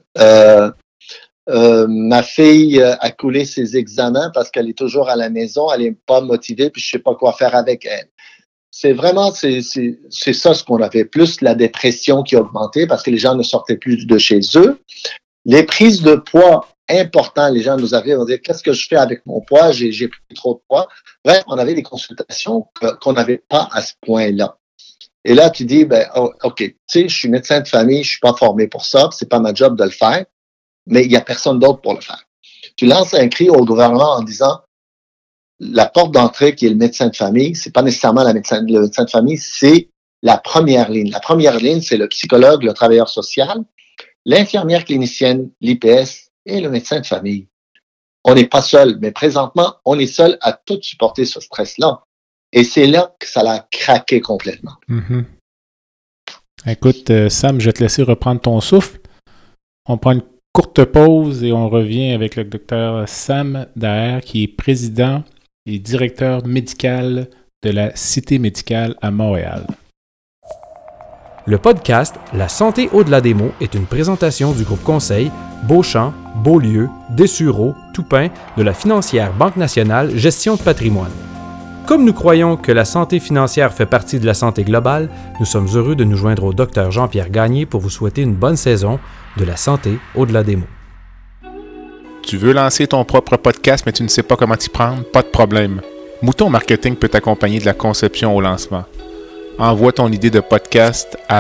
Ma fille a coulé ses examens parce qu'elle est toujours à la maison, elle n'est pas motivée, puis je sais pas quoi faire avec elle. C'est vraiment, c'est ça ce qu'on avait. Plus la dépression qui a augmenté parce que les gens ne sortaient plus de chez eux. Les prises de poids importantes, les gens nous arrivent, on dit qu'est-ce que je fais avec mon poids, j'ai pris trop de poids. Bref, on avait des consultations qu'on n'avait pas à ce point-là. Et là, tu dis, ben, OK, tu sais, je suis médecin de famille, je suis pas formé pour ça, c'est pas ma job de le faire, mais il y a personne d'autre pour le faire. Tu lances un cri au gouvernement en disant, la porte d'entrée qui est le médecin de famille, c'est pas nécessairement le médecin de famille, c'est la première ligne. La première ligne, c'est le psychologue, le travailleur social, l'infirmière clinicienne, l'IPS et le médecin de famille. On n'est pas seul, mais présentement, on est seul à tout supporter ce stress-là. Et c'est là que ça l'a craqué complètement. Mm-hmm. Écoute, Sam, je vais te laisser reprendre ton souffle. On prend une courte pause et on revient avec le docteur Sam Daher, qui est président et directeur médical de la Cité médicale à Montréal. Le podcast La santé au-delà des mots est une présentation du groupe conseil Beauchamp, Beaulieu, Dessureau, Toupin de la financière Banque nationale Gestion de patrimoine. Comme nous croyons que la santé financière fait partie de la santé globale, nous sommes heureux de nous joindre au Dr Jean-Pierre Gagné pour vous souhaiter une bonne saison de la santé au-delà des mots. Tu veux lancer ton propre podcast mais tu ne sais pas comment t'y prendre? Pas de problème. Mouton Marketing peut t'accompagner de la conception au lancement. Envoie ton idée de podcast à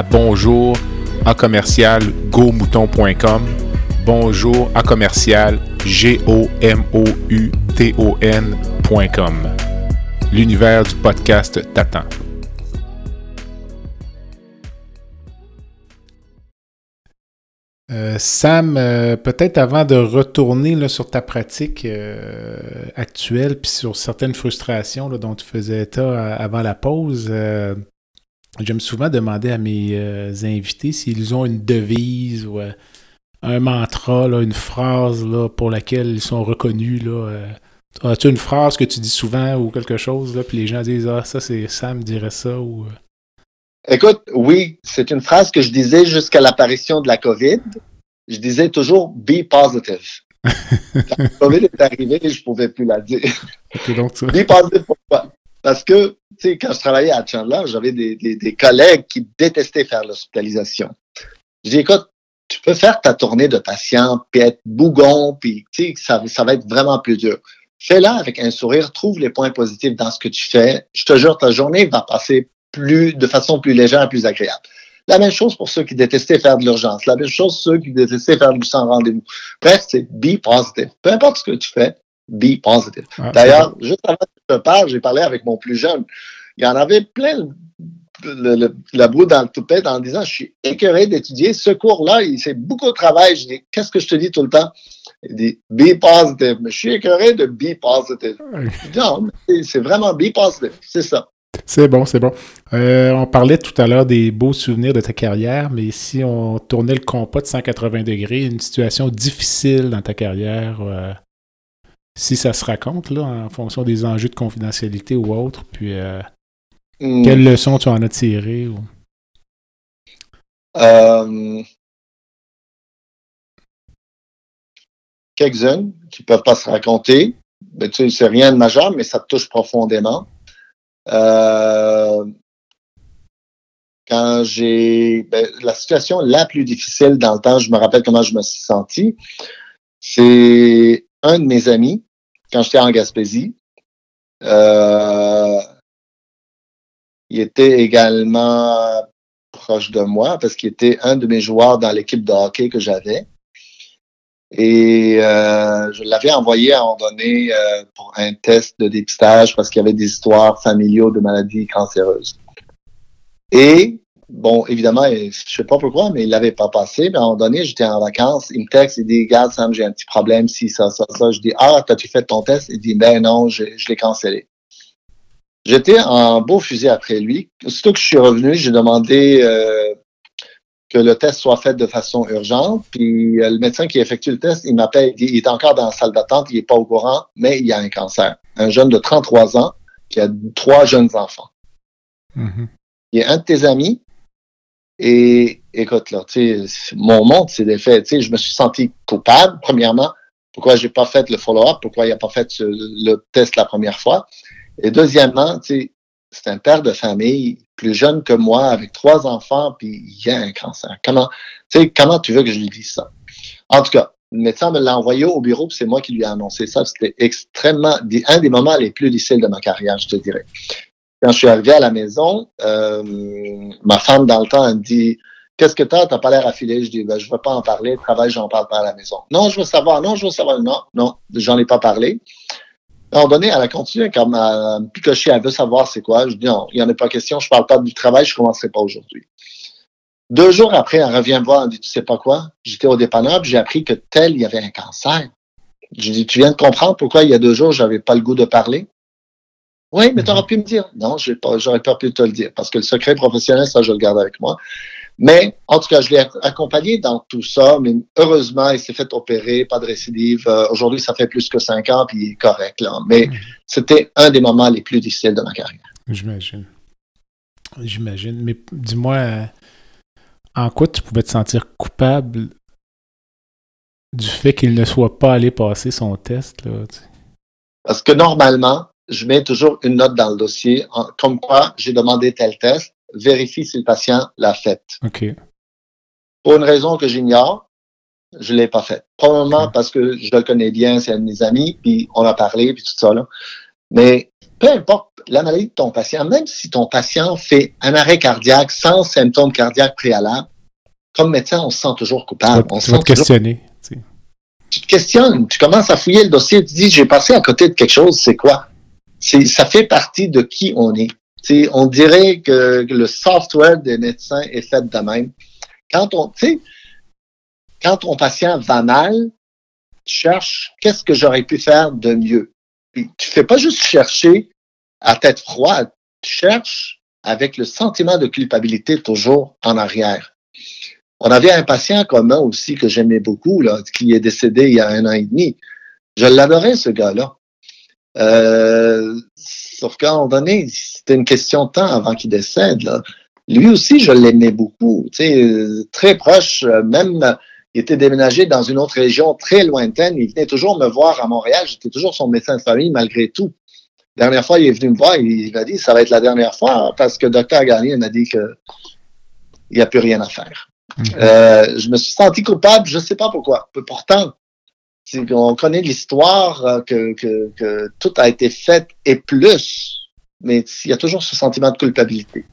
bonjour@gomouton.com, bonjour@gomouton.com. L'univers du podcast t'attend. Sam, peut-être avant de retourner là, sur ta pratique actuelle puis sur certaines frustrations là, dont tu faisais état avant la pause, j'aime souvent demander à mes invités s'ils ont une devise ou un mantra, là, une phrase là, pour laquelle ils sont reconnus. As-tu une phrase que tu dis souvent ou quelque chose, là, puis les gens disent « Ah, ça, c'est Sam dirait ça » ou... Écoute, oui, c'est une phrase que je disais jusqu'à l'apparition de la COVID. Je disais toujours « Be positive ». Quand la COVID est arrivée, je ne pouvais plus la dire. Okay, donc ça. Be positive, pourquoi? Parce que, tu sais, quand je travaillais à Chandler, j'avais des collègues qui détestaient faire l'hospitalisation. Je dis, écoute, tu peux faire ta tournée de patients, puis être bougon, puis tu sais, ça va être vraiment plus dur. Fais-la avec un sourire, trouve les points positifs dans ce que tu fais. Je te jure, ta journée va passer de façon plus légère et plus agréable. La même chose pour ceux qui détestaient faire de l'urgence. La même chose pour ceux qui détestaient faire du sans rendez-vous. Bref, c'est be positive. Peu importe ce que tu fais, be positive. Ah, d'ailleurs, juste avant que je te parle, j'ai parlé avec mon plus jeune. Il y en avait plein la boue dans le toupet en disant, je suis écœuré d'étudier ce cours-là. C'est beaucoup de travail. Je dis, qu'est-ce que je te dis tout le temps? Il dit, be positive. Mais je suis écœuré de be positive. Je dis, non, c'est vraiment be positive. C'est ça. C'est bon, c'est bon. On parlait tout à l'heure des beaux souvenirs de ta carrière, mais si on tournait le compas de 180 degrés, une situation difficile dans ta carrière, si ça se raconte, là, en fonction des enjeux de confidentialité ou autre, puis quelles leçons tu en as tirées? Ou... Quelques-unes qui ne peuvent pas se raconter. Ben, tu sais, c'est rien de majeur, mais ça te touche profondément. Quand la situation la plus difficile dans le temps, je me rappelle comment je me suis senti, c'est un de mes amis, quand j'étais en Gaspésie, il était également proche de moi parce qu'il était un de mes joueurs dans l'équipe de hockey que j'avais. Et je l'avais envoyé à un moment donné pour un test de dépistage parce qu'il y avait des histoires familiaux de maladies cancéreuses. Et, bon, évidemment, je ne sais pas pourquoi, mais il ne l'avait pas passé. Mais à un moment donné, j'étais en vacances. Il me texte, il dit, regarde, Sam, j'ai un petit problème, si, ça. Je dis, t'as-tu fait ton test? Il dit, ben non, je l'ai cancellé. J'étais en beau fusil après lui. Aussitôt que je suis revenu, j'ai demandé que le test soit fait de façon urgente. Puis le médecin qui effectue le test, il m'appelle, il dit, il est encore dans la salle d'attente, il n'est pas au courant, mais il y a un cancer. Un jeune de 33 ans qui a 3 jeunes enfants. Mm-hmm. Il est un de tes amis. Et écoute, là, tu sais, mon monde s'est défait. Tu sais, je me suis senti coupable, premièrement. Pourquoi j'ai pas fait le follow-up? Pourquoi il n'a pas fait le test la première fois? Et deuxièmement, tu sais, c'est un père de famille plus jeune que moi, avec 3 enfants, puis il y a un cancer. Comment tu veux que je lui dise ça? En tout cas, le médecin me l'a envoyé au bureau, puis c'est moi qui lui ai annoncé ça. C'était extrêmement, un des moments les plus difficiles de ma carrière, je te dirais. Quand je suis arrivé à la maison, ma femme, dans le temps, elle me dit, qu'est-ce que t'as? T'as pas l'air affilé. Je dis, ben, je veux pas en parler. Travail, j'en parle pas à la maison. Non, je veux savoir. Non, j'en ai pas parlé. À un moment donné, elle a continué comme à me picocher, elle veut savoir c'est quoi. Je dis non, il n'y en a pas question, je parle pas du travail, je ne commencerai pas aujourd'hui. 2 jours après, elle revient me voir, elle me dit, tu sais pas quoi? J'étais au dépanneur, puis j'ai appris que il y avait un cancer. Je dis, tu viens de comprendre pourquoi il y a 2 jours, j'avais pas le goût de parler? Oui, mais tu aurais pu me dire. Non, j'aurais pas pu te le dire, parce que le secret professionnel, ça, je le garde avec moi. Mais, en tout cas, je l'ai accompagné dans tout ça, mais heureusement, il s'est fait opérer, pas de récidive. Aujourd'hui, ça fait plus que 5 ans, puis il est correct, là. Mais c'était un des moments les plus difficiles de ma carrière. J'imagine. Mais dis-moi, en quoi tu pouvais te sentir coupable du fait qu'il ne soit pas allé passer son test, là? Parce que normalement, je mets toujours une note dans le dossier, comme quoi j'ai demandé tel test, vérifie si le patient l'a fait. OK. Pour une raison que j'ignore, je ne l'ai pas fait. Probablement parce que je le connais bien, c'est un de mes amis, puis on a parlé, puis tout ça, là. Mais peu importe la maladie de ton patient, même si ton patient fait un arrêt cardiaque sans symptômes cardiaques préalables, comme médecin, on se sent toujours coupable. Tu vas te questionner. Tu te questionnes, tu commences à fouiller le dossier, tu te dis, j'ai passé à côté de quelque chose, c'est quoi? Ça fait partie de qui on est. T'sais, on dirait que le software des médecins est fait de même. Quand ton patient va mal, tu cherches qu'est-ce que j'aurais pu faire de mieux. Puis, tu fais pas juste chercher à tête froide, tu cherches avec le sentiment de culpabilité toujours en arrière. On avait un patient commun aussi que j'aimais beaucoup, là, qui est décédé il y a 1 an et demi. Je l'adorais, ce gars-là. Sauf qu'à un moment donné, c'était une question de temps avant qu'il décède, là. Lui aussi, je l'aimais beaucoup, très proche, même il était déménagé dans une autre région très lointaine. Il venait toujours me voir à Montréal. J'étais toujours son médecin de famille malgré tout. La dernière fois, il est venu me voir, il m'a dit, ça va être la dernière fois parce que le docteur Gagné m'a dit qu'il n'y a plus rien à faire. Je me suis senti coupable, je ne sais pas pourquoi. Pourtant, on connaît l'histoire que tout a été fait et plus, mais il y a toujours ce sentiment de culpabilité.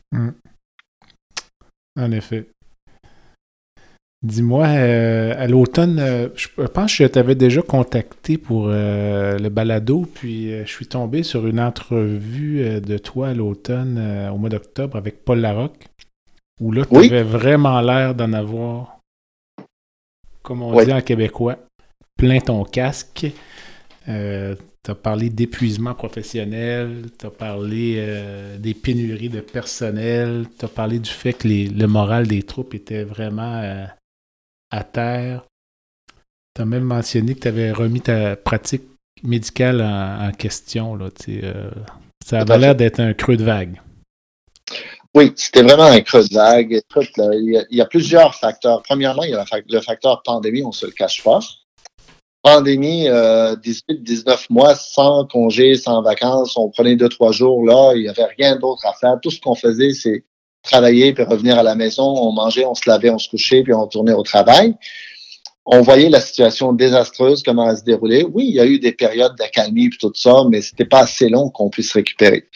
En effet. Dis-moi, à l'automne, je pense que je t'avais déjà contacté pour le balado, puis je suis tombé sur une entrevue de toi à l'automne, au mois d'octobre, avec Paul Larocque, où là, tu avais vraiment l'air d'en avoir, comme on dit en québécois, plein ton casque. Tu as parlé d'épuisement professionnel, tu as parlé des pénuries de personnel, tu as parlé du fait que le moral des troupes était vraiment à terre. Tu as même mentionné que tu avais remis ta pratique médicale en question. Là, ça avait l'air d'être un creux de vague. Oui, c'était vraiment un creux de vague. Écoute, il y a plusieurs facteurs. Premièrement, il y a le facteur pandémie, on ne se le cache pas. Pandémie, 18-19 mois sans congé, sans vacances, on prenait 2-3 jours là, il n'y avait rien d'autre à faire. Tout ce qu'on faisait, c'est travailler puis revenir à la maison, on mangeait, on se lavait, on se couchait puis on retournait au travail. On voyait la situation désastreuse, comment elle se déroulait. Oui, il y a eu des périodes d'accalmie puis tout ça, mais c'était pas assez long qu'on puisse récupérer.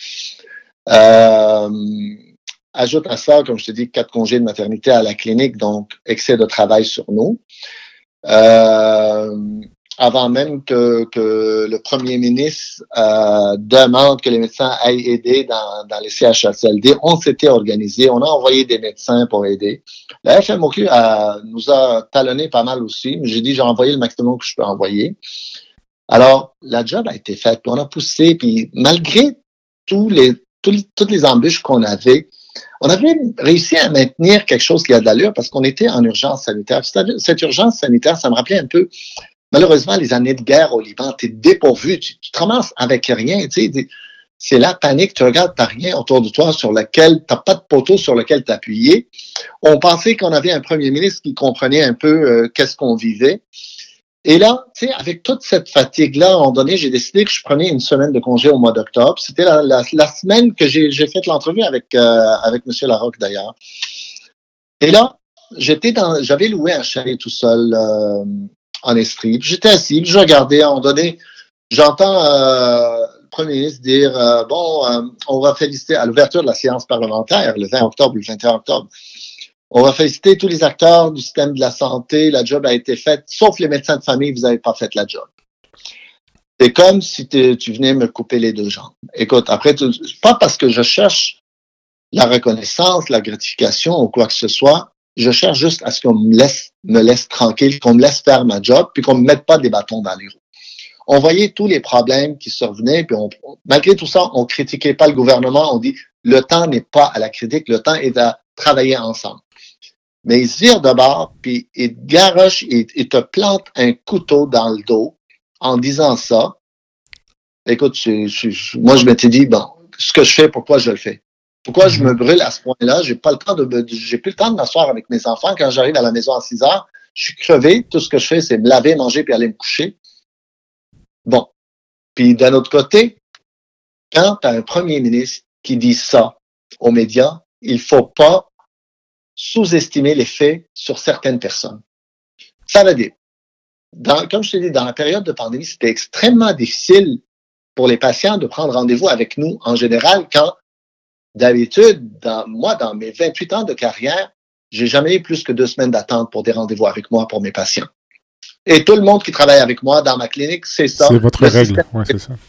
Ajoute à ça, comme je te dis, 4 congés de maternité à la clinique, donc excès de travail sur nous. Avant même que le premier ministre demande que les médecins aillent aider dans les CHSLD, on s'était organisé, on a envoyé des médecins pour aider. La FMOQ nous a talonné pas mal aussi, mais j'ai dit j'ai envoyé le maximum que je peux envoyer. Alors, la job a été faite, puis on a poussé, puis malgré toutes les embûches qu'on avait, on avait réussi à maintenir quelque chose qui a de l'allure parce qu'on était en urgence sanitaire. Cette urgence sanitaire, ça me rappelait un peu, malheureusement, les années de guerre au Liban. Tu es dépourvu, tu te ramasses avec rien. Tu sais, c'est la panique, tu regardes, tu n'as rien autour de toi sur lequel, tu n'as pas de poteau sur lequel t'appuyer. On pensait qu'on avait un premier ministre qui comprenait un peu qu'est-ce qu'on vivait. Et là, tu sais, avec toute cette fatigue-là, à un moment donné, j'ai décidé que je prenais une semaine de congé au mois d'octobre. C'était la semaine que j'ai fait l'entrevue avec M. Larocque, d'ailleurs. Et là, j'avais loué un chalet tout seul en Estrie. Puis j'étais assis, puis je regardais, à un moment donné, j'entends le premier ministre dire, on va féliciter à l'ouverture de la séance parlementaire, le 20 octobre ou le 21 octobre, on va féliciter tous les acteurs du système de la santé. La job a été faite, sauf les médecins de famille, vous n'avez pas fait la job. C'est comme si tu venais me couper les deux jambes. Écoute, après, pas parce que je cherche la reconnaissance, la gratification ou quoi que ce soit, je cherche juste à ce qu'on me laisse tranquille, qu'on me laisse faire ma job, puis qu'on me mette pas des bâtons dans les roues. On voyait tous les problèmes qui survenaient, puis malgré tout ça, on critiquait pas le gouvernement, on dit le temps n'est pas à la critique, le temps est à travailler ensemble. Mais il se vire de bord, puis il te garoche, il te plante un couteau dans le dos en disant ça. Écoute, moi, je m'étais dit, bon, ce que je fais, pourquoi je le fais? Pourquoi je me brûle à ce point-là? J'ai plus le temps de m'asseoir avec mes enfants. Quand j'arrive à la maison à 6 heures, je suis crevé. Tout ce que je fais, c'est me laver, manger, puis aller me coucher. Bon. Puis d'un autre côté, quand tu as un premier ministre qui dit ça aux médias, il faut pas sous-estimer les faits sur certaines personnes. Ça veut dire, comme je te dis, dans la période de pandémie, c'était extrêmement difficile pour les patients de prendre rendez-vous avec nous en général quand, d'habitude, dans mes 28 ans de carrière, j'ai jamais eu plus que 2 semaines d'attente pour des rendez-vous avec moi pour mes patients. Et tout le monde qui travaille avec moi dans ma clinique, c'est ça. C'est votre règle, oui, c'est ça.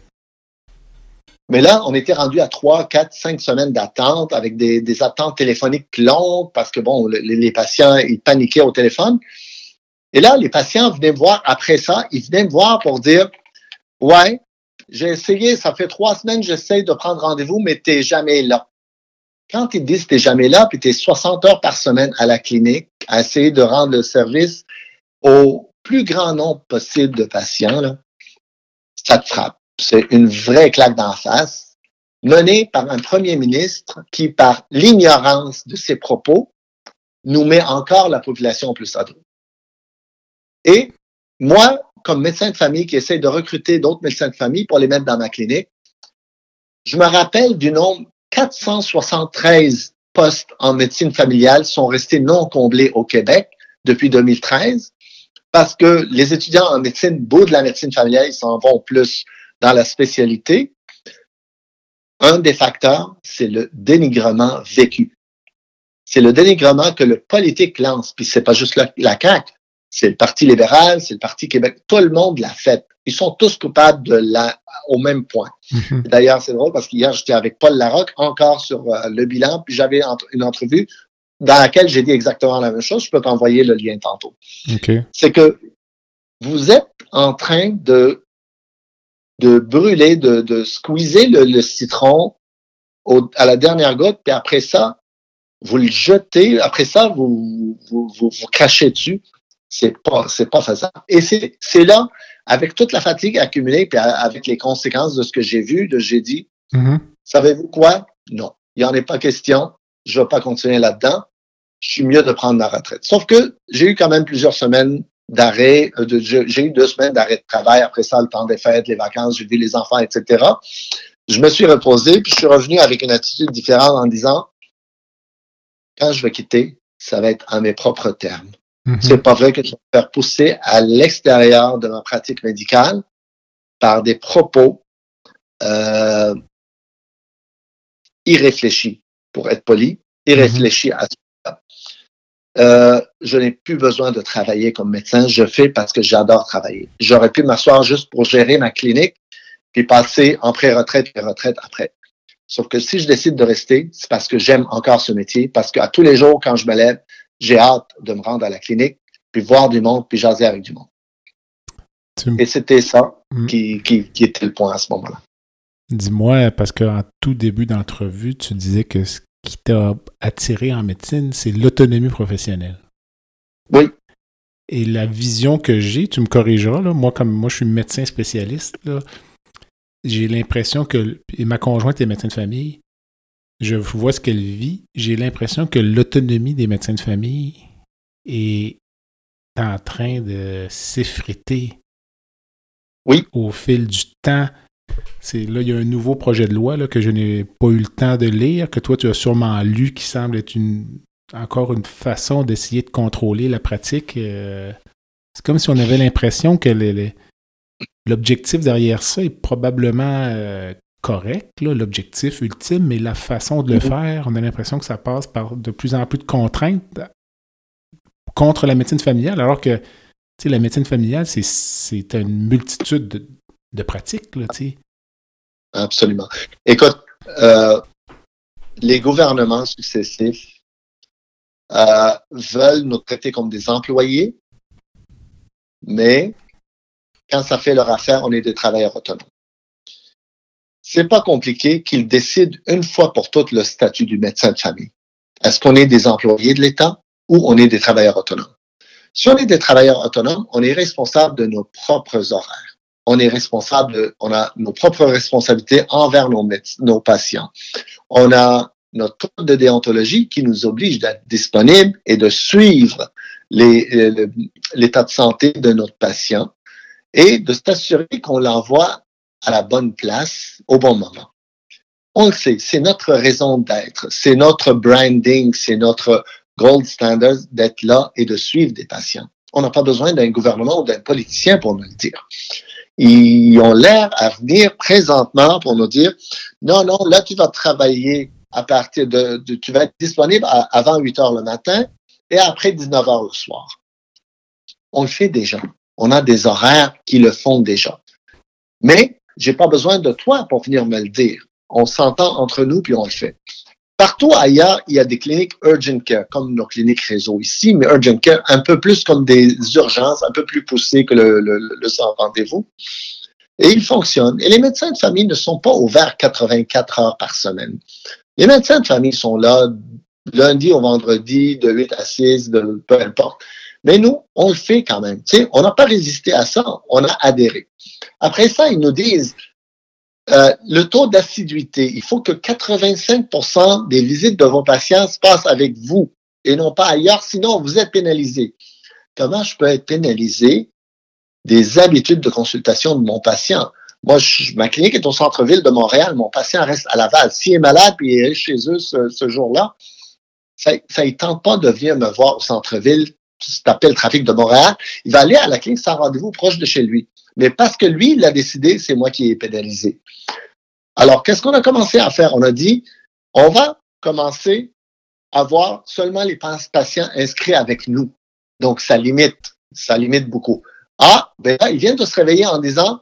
Mais là, on était rendu à 3, 4, 5 semaines d'attente avec des attentes téléphoniques longues parce que, bon, les patients, ils paniquaient au téléphone. Et là, les patients venaient me voir après ça, ils venaient me voir pour dire, ouais, j'ai essayé, ça fait 3 semaines, j'essaie de prendre rendez-vous, mais t'es jamais là. Quand ils disent t'es jamais là, puis t'es 60 heures par semaine à la clinique à essayer de rendre le service au plus grand nombre possible de patients, là, ça te frappe. C'est une vraie claque d'en face, menée par un premier ministre qui, par l'ignorance de ses propos, nous met encore la population plus à dos. Et moi, comme médecin de famille qui essaie de recruter d'autres médecins de famille pour les mettre dans ma clinique, je me rappelle du nombre 473 postes en médecine familiale sont restés non comblés au Québec depuis 2013 parce que les étudiants en médecine, beau de la médecine familiale, ils s'en vont plus dans la spécialité. Un des facteurs, c'est le dénigrement vécu. C'est le dénigrement que le politique lance. Puis c'est pas juste la CAQ, c'est le Parti libéral, c'est le Parti Québec. Tout le monde l'a fait. Ils sont tous coupables au même point. Mm-hmm. D'ailleurs, c'est drôle parce qu'hier, j'étais avec Paul Larocque encore sur le bilan, puis j'avais une entrevue dans laquelle j'ai dit exactement la même chose. Je peux t'envoyer le lien tantôt. Okay. C'est que vous êtes en train de brûler, de squeezer le citron à la dernière goutte, puis après ça, vous le jetez, après ça, vous crachez dessus. C'est pas faisable. Et c'est là, avec toute la fatigue accumulée, puis avec les conséquences de ce que j'ai vu, j'ai dit, savez-vous quoi? Non, il n'y en est pas question. Je ne vais pas continuer là-dedans. Je suis mieux de prendre ma retraite. Sauf que j'ai eu quand même plusieurs semaines d'arrêt. J'ai eu 2 semaines d'arrêt de travail. Après ça, le temps des fêtes, les vacances, j'ai vu les enfants, etc. Je me suis reposé, puis je suis revenu avec une attitude différente en disant, quand je vais quitter, ça va être à mes propres termes. C'est pas vrai que je vais me faire pousser à l'extérieur de ma pratique médicale par des propos irréfléchis, pour être poli, irréfléchis à ça. je n'ai plus besoin de travailler comme médecin. Je fais parce que j'adore travailler. J'aurais pu m'asseoir juste pour gérer ma clinique puis passer en pré-retraite et retraite après. Sauf que si je décide de rester, c'est parce que j'aime encore ce métier, parce qu'à tous les jours, quand je me lève, j'ai hâte de me rendre à la clinique, puis voir du monde, puis jaser avec du monde. Et c'était ça qui était le point à ce moment-là. Dis-moi, parce qu'en tout début d'entrevue, tu disais que ce qui t'a attiré en médecine, c'est l'autonomie professionnelle. Oui. Et la vision que j'ai, tu me corrigeras, là, moi, je suis médecin spécialiste, là, j'ai l'impression que, et ma conjointe est médecin de famille, je vois ce qu'elle vit, j'ai l'impression que l'autonomie des médecins de famille est en train de s'effriter. Oui. Au fil du temps. Là, il y a un nouveau projet de loi là, que je n'ai pas eu le temps de lire, que toi, tu as sûrement lu, qui semble être encore une façon d'essayer de contrôler la pratique. C'est comme si on avait l'impression que l'objectif derrière ça est probablement correct, là, l'objectif ultime, mais la façon de le faire, on a l'impression que ça passe par de plus en plus de contraintes contre la médecine familiale, alors que la médecine familiale, c'est une multitude de pratiques, là, tu sais. Absolument. Écoute, les gouvernements successifs veulent nous traiter comme des employés, mais quand ça fait leur affaire, on est des travailleurs autonomes. C'est pas compliqué qu'ils décident une fois pour toutes le statut du médecin de famille. Est-ce qu'on est des employés de l'État ou on est des travailleurs autonomes? Si on est des travailleurs autonomes, on est responsable de nos propres horaires. On a nos propres responsabilités envers nos patients. On a notre code de déontologie qui nous oblige d'être disponible et de suivre l'état de santé de notre patient et de s'assurer qu'on l'envoie à la bonne place au bon moment. On le sait, c'est notre raison d'être, c'est notre branding, c'est notre gold standard d'être là et de suivre des patients. On n'a pas besoin d'un gouvernement ou d'un politicien pour nous le dire. Ils ont l'air à venir présentement pour nous dire non, là, tu vas travailler à partir tu vas être disponible avant 8 heures le matin et après 19 heures le soir. On le fait déjà. On a des horaires qui le font déjà. Mais j'ai pas besoin de toi pour venir me le dire. On s'entend entre nous puis on le fait. Partout ailleurs, il y a des cliniques urgent care, comme nos cliniques réseau ici, mais urgent care un peu plus comme des urgences, un peu plus poussées que le sans rendez-vous. Et ils fonctionnent. Et les médecins de famille ne sont pas ouverts 84 heures par semaine. Les médecins de famille sont là lundi au vendredi, de 8 à 6, peu importe. Mais nous, on le fait quand même. Tu sais, on n'a pas résisté à ça, on a adhéré. Après ça, ils nous disent le taux d'assiduité, il faut que 85% des visites de vos patients se passent avec vous et non pas ailleurs, sinon vous êtes pénalisé. Comment je peux être pénalisé des habitudes de consultation de mon patient? Moi, ma clinique est au centre-ville de Montréal, mon patient reste à Laval. S'il est malade et il est chez eux ce jour-là, ça ne tente pas de venir me voir au centre-ville, taper le trafic de Montréal. Il va aller à la clinique sans rendez-vous proche de chez lui. Mais parce que lui, il l'a décidé, c'est moi qui ai pénalisé. Alors, qu'est-ce qu'on a commencé à faire? On a dit, on va commencer à voir seulement les patients inscrits avec nous. Donc, ça limite beaucoup. Ah, ben là, ils viennent de se réveiller en disant,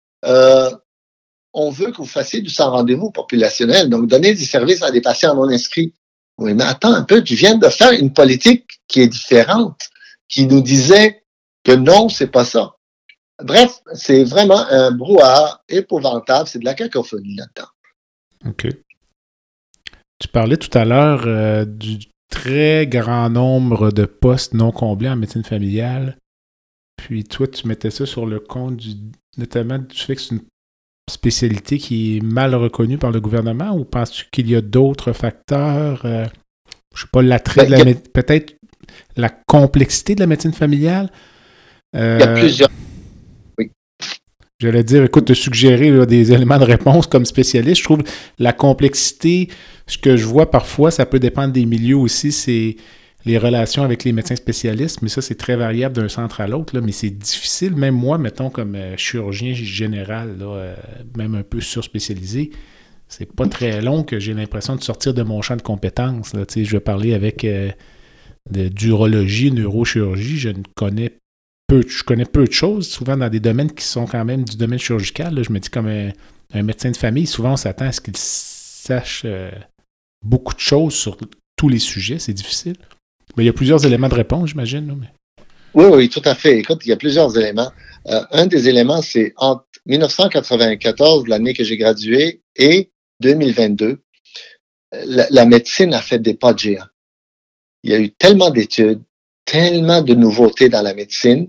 on veut que vous fassiez du sans rendez-vous populationnel, donc donner des services à des patients non inscrits. Oui, mais attends un peu, tu viens de faire une politique qui est différente, qui nous disait que non, c'est pas ça. Bref, c'est vraiment un brouhaha épouvantable. C'est de la cacophonie là-dedans. OK. Tu parlais tout à l'heure du très grand nombre de postes non comblés en médecine familiale. Puis toi, tu mettais ça sur le compte notamment du fait que c'est une spécialité qui est mal reconnue par le gouvernement, ou penses-tu qu'il y a d'autres facteurs? Je sais pas, l'attrait peut-être la complexité de la médecine familiale? Il y a plusieurs. J'allais dire, écoute, te suggérer là, des éléments de réponse comme spécialiste. Je trouve la complexité, ce que je vois parfois, ça peut dépendre des milieux aussi, c'est les relations avec les médecins spécialistes, mais ça, c'est très variable d'un centre à l'autre, là, mais c'est difficile, même moi, mettons, comme chirurgien général, là, même un peu surspécialisé, c'est pas très long que j'ai l'impression de sortir de mon champ de compétences. Là, je vais parler avec d'urologie, neurochirurgie, je connais peu de choses, souvent dans des domaines qui sont quand même du domaine chirurgical. Là, je me dis comme un médecin de famille, souvent on s'attend à ce qu'il sache beaucoup de choses sur tous les sujets, c'est difficile. Mais il y a plusieurs éléments de réponse, j'imagine. Là, mais... Oui, tout à fait. Écoute, il y a plusieurs éléments. Un des éléments, c'est entre 1994, l'année que j'ai gradué, et 2022, la médecine a fait des pas de géant. Il y a eu tellement d'études, tellement de nouveautés dans la médecine,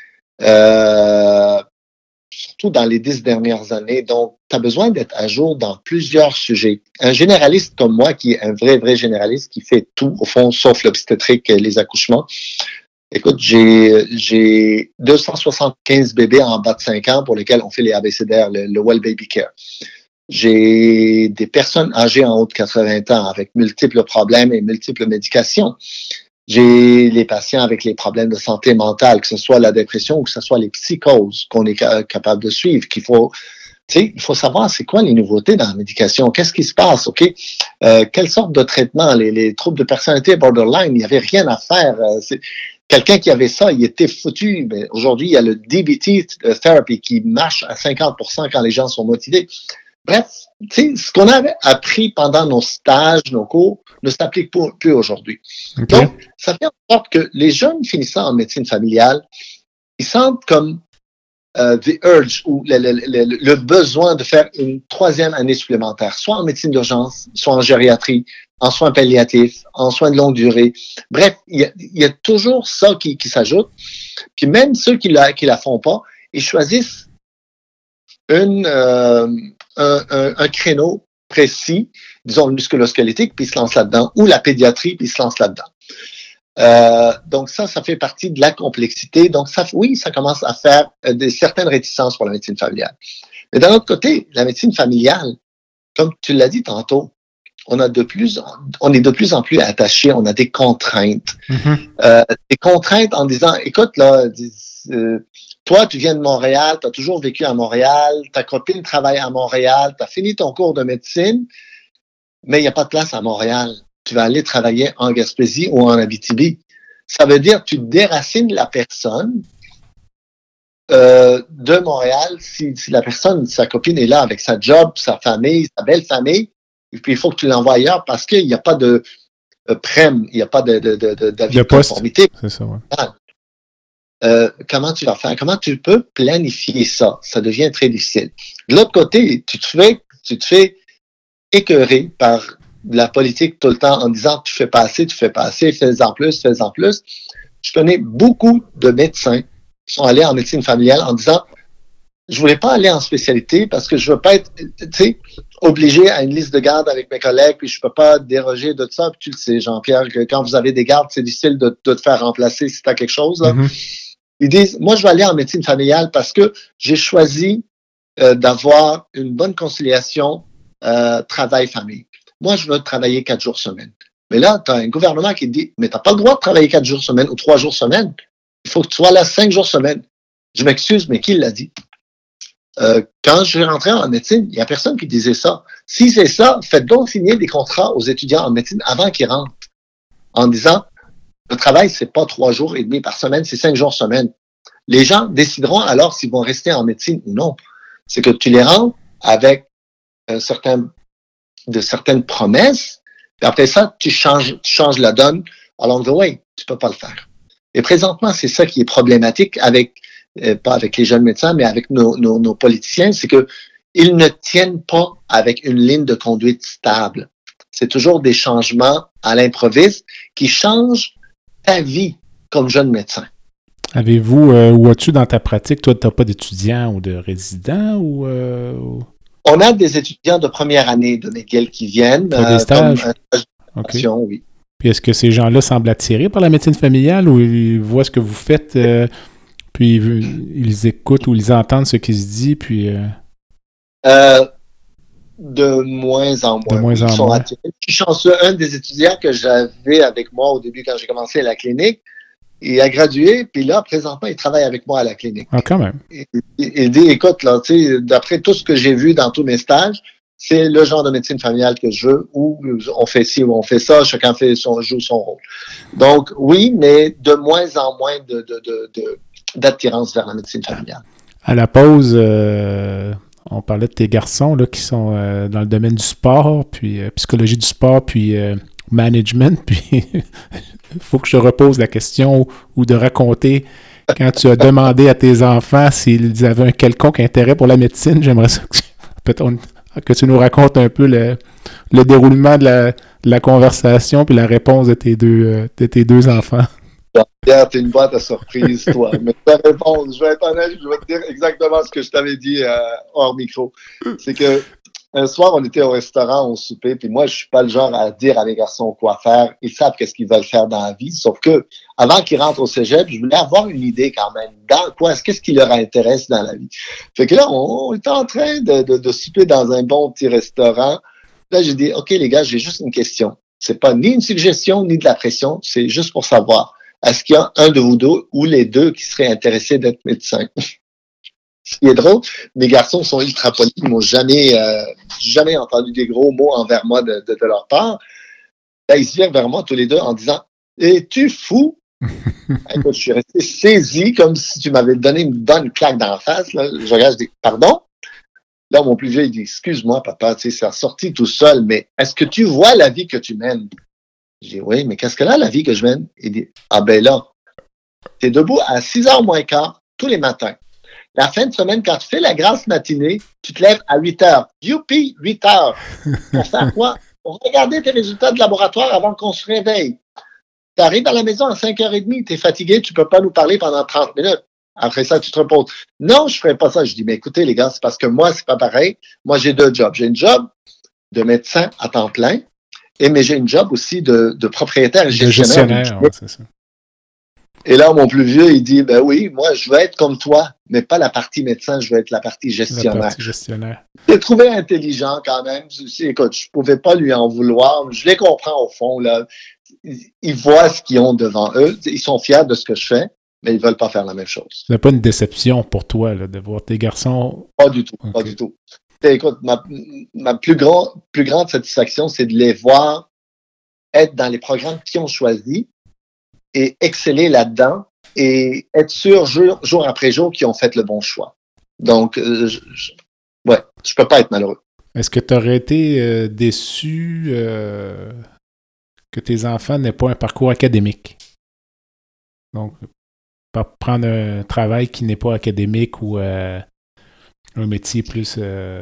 surtout dans les 10 dernières années. Donc, tu as besoin d'être à jour dans plusieurs sujets. Un généraliste comme moi, qui est un vrai généraliste, qui fait tout, au fond, sauf l'obstétrique et les accouchements. Écoute, j'ai 275 bébés en bas de 5 ans pour lesquels on fait les ABCDR, le Well Baby Care. J'ai des personnes âgées en haut de 80 ans avec multiples problèmes et multiples médications. J'ai les patients avec les problèmes de santé mentale, que ce soit la dépression ou que ce soit les psychoses qu'on est capable de suivre, il faut savoir c'est quoi les nouveautés dans la médication, qu'est-ce qui se passe, OK? Quelle sorte de traitement, les troubles de personnalité borderline, il n'y avait rien à faire. Quelqu'un qui avait ça, il était foutu. Mais aujourd'hui, il y a le DBT therapy qui marche à 50% quand les gens sont motivés. Bref, ce qu'on avait appris pendant nos stages, nos cours, ne s'applique plus aujourd'hui. Okay. Donc, ça fait en sorte que les jeunes finissant en médecine familiale, ils sentent comme the urge ou le besoin de faire une 3e année supplémentaire, soit en médecine d'urgence, soit en gériatrie, en soins palliatifs, en soins de longue durée. Bref, il y a toujours ça qui s'ajoute. Puis même ceux qui la font pas, ils choisissent un créneau précis, disons le musculo-squelettique, puis ils se lancent là-dedans, ou la pédiatrie, puis ils se lancent là-dedans. Donc ça fait partie de la complexité. Donc ça commence à faire certaines réticences pour la médecine familiale. Mais d'un autre côté, la médecine familiale, comme tu l'as dit tantôt, on est de plus en plus attachés, on a des contraintes. Mm-hmm. Des contraintes en disant, écoute, là, toi, tu viens de Montréal, tu as toujours vécu à Montréal, ta copine travaille à Montréal, tu as fini ton cours de médecine, mais il n'y a pas de place à Montréal. Tu vas aller travailler en Gaspésie ou en Abitibi. Ça veut dire que tu déracines la personne de Montréal. Si la personne, sa copine est là avec sa job, sa famille, sa belle famille, et puis il faut que tu l'envoies ailleurs parce qu'il n'y a pas de prême, il n'y a pas d'avis de conformité. C'est ça, ouais. Comment tu vas faire? Comment tu peux planifier ça? Ça devient très difficile. De l'autre côté, tu te fais écœurer par la politique tout le temps en disant tu fais pas assez, fais-en plus. Je connais beaucoup de médecins qui sont allés en médecine familiale en disant je voulais pas aller en spécialité parce que je veux pas être obligé à une liste de garde avec mes collègues, puis je peux pas déroger de ça. Puis tu le sais, Jean-Pierre, que quand vous avez des gardes, c'est difficile de te faire remplacer si tu as quelque chose. Là. Mm-hmm. Ils disent, moi, je vais aller en médecine familiale parce que j'ai choisi d'avoir une bonne conciliation travail-famille. Moi, je veux travailler 4 jours semaine. Mais là, tu as un gouvernement qui te dit, mais tu n'as pas le droit de travailler 4 jours semaine ou 3 jours semaine. Il faut que tu sois là 5 jours semaine. Je m'excuse, mais qui l'a dit? Quand je suis rentré en médecine, il n'y a personne qui disait ça. Si c'est ça, faites donc signer des contrats aux étudiants en médecine avant qu'ils rentrent en disant le travail, c'est pas 3 jours et demi par semaine, c'est 5 jours semaine. Les gens décideront alors s'ils vont rester en médecine ou non. C'est que tu les rends avec certaines promesses, puis après ça, tu changes la donne along the way. Tu peux pas le faire. Et présentement, c'est ça qui est problématique pas avec les jeunes médecins, mais avec nos politiciens, c'est que ils ne tiennent pas avec une ligne de conduite stable. C'est toujours des changements à l'improviste qui changent ta vie comme jeune médecin. Avez-vous, ou as-tu dans ta pratique, toi, tu n'as pas d'étudiants ou de résidents ou... On a des étudiants de première année de McGill qui viennent. Des stages? Comme un stage de formation, okay. Oui. Puis est-ce que ces gens-là semblent attirés par la médecine familiale ou ils voient ce que vous faites, puis ils écoutent ou ils entendent ce qui se dit, puis... De moins en moins. De moins en moins. Je suis chanceux. Un des étudiants que j'avais avec moi au début quand j'ai commencé à la clinique, il a gradué, puis là, présentement, il travaille avec moi à la clinique. Ah, quand même. Il dit, écoute, là, tu sais, d'après tout ce que j'ai vu dans tous mes stages, c'est le genre de médecine familiale que je veux, où on fait ci ou on fait ça, chacun joue son rôle. Donc, oui, mais de moins en moins d'attirance vers la médecine familiale. À la pause, on parlait de tes garçons là, qui sont dans le domaine du sport, puis psychologie du sport, puis management, puis il faut que je repose la question ou de raconter quand tu as demandé à tes enfants s'ils avaient un quelconque intérêt pour la médecine. J'aimerais ça que tu nous racontes un peu le déroulement de la conversation puis la réponse de tes deux enfants. Pierre, t'es une boîte à surprise, toi. Mais ta réponse, je vais être honnête, je vais te dire exactement ce que je t'avais dit hors micro. C'est que un soir, on était au restaurant, au souper, puis moi, je suis pas le genre à dire à mes garçons quoi faire. Ils savent qu'est-ce qu'ils veulent faire dans la vie, sauf que avant qu'ils rentrent au cégep, je voulais avoir une idée quand même. Dans quoi, qu'est-ce qui leur intéresse dans la vie? Fait que là, on était en train de souper dans un bon petit restaurant. Là, j'ai dit, OK, les gars, j'ai juste une question. C'est pas ni une suggestion, ni de la pression, c'est juste pour savoir. Est-ce qu'il y a un de vous deux ou les deux qui seraient intéressés d'être médecin? Ce qui est drôle, mes garçons sont ultra polis, ils m'ont jamais entendu des gros mots envers moi de leur part. Là, ils se viennent vers moi tous les deux en disant « Es-tu fou? » Écoute, je suis resté saisi comme si tu m'avais donné une bonne claque dans la face. Là. Je regarde, je dis « Pardon? » Là, mon plus vieux, il dit « Excuse-moi, papa, tu sais, c'est sorti tout seul, mais est-ce que tu vois la vie que tu mènes? » Je dis, oui, mais qu'est-ce que là, la vie que je mène? Il dit, ah ben là, t'es debout à 6h moins quart tous les matins. La fin de semaine, quand tu fais la grasse matinée, tu te lèves à 8h. Youpi, 8h. Pour faire quoi? Pour regarder tes résultats de laboratoire avant qu'on se réveille. Tu arrives à la maison à 5h30, t'es fatigué, tu peux pas nous parler pendant 30 minutes. Après ça, tu te reposes. Non, je ferai pas ça. Je dis, mais écoutez, les gars, c'est parce que moi, c'est pas pareil. Moi, j'ai 2 jobs. J'ai une job de médecin à temps plein. Mais j'ai une job aussi de propriétaire et gestionnaire. Ouais, c'est ça. Et là, mon plus vieux, il dit, ben oui, moi, je veux être comme toi, mais pas la partie médecin, je veux être la partie gestionnaire. La partie gestionnaire. Je l'ai trouvé intelligent quand même. Écoute, je pouvais pas lui en vouloir. Je les comprends au fond, là. Ils voient ce qu'ils ont devant eux. Ils sont fiers de ce que je fais, mais ils veulent pas faire la même chose. C'est pas une déception pour toi, là, de voir tes garçons? Pas du tout, okay. Pas du tout. Écoute, ma plus grande satisfaction, c'est de les voir être dans les programmes qu'ils ont choisis et exceller là-dedans et être sûr jour après jour qu'ils ont fait le bon choix. Donc, je peux pas être malheureux. Est-ce que tu aurais été déçu que tes enfants n'aient pas un parcours académique? Donc, prendre un travail qui n'est pas académique ou un métier plus...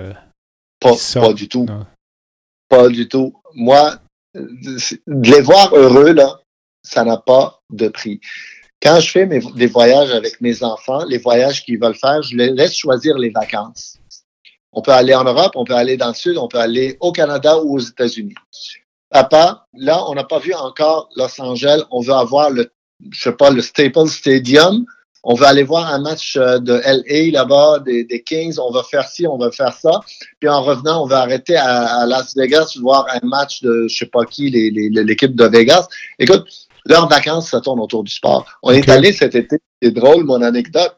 Pas du tout. Non. Pas du tout. Moi, de les voir heureux, là, ça n'a pas de prix. Quand je fais des voyages avec mes enfants, les voyages qu'ils veulent faire, je les laisse choisir les vacances. On peut aller en Europe, on peut aller dans le Sud, on peut aller au Canada ou aux États-Unis. Papa, là, on n'a pas vu encore Los Angeles, on veut avoir le Staples Stadium. On veut aller voir un match de LA là-bas, des Kings. On va faire ci, on va faire ça. Puis en revenant, on va arrêter à Las Vegas voir un match de je sais pas qui, l'équipe de Vegas. Écoute, leurs vacances, ça tourne autour du sport. On est allé cet été. C'est drôle, mon anecdote.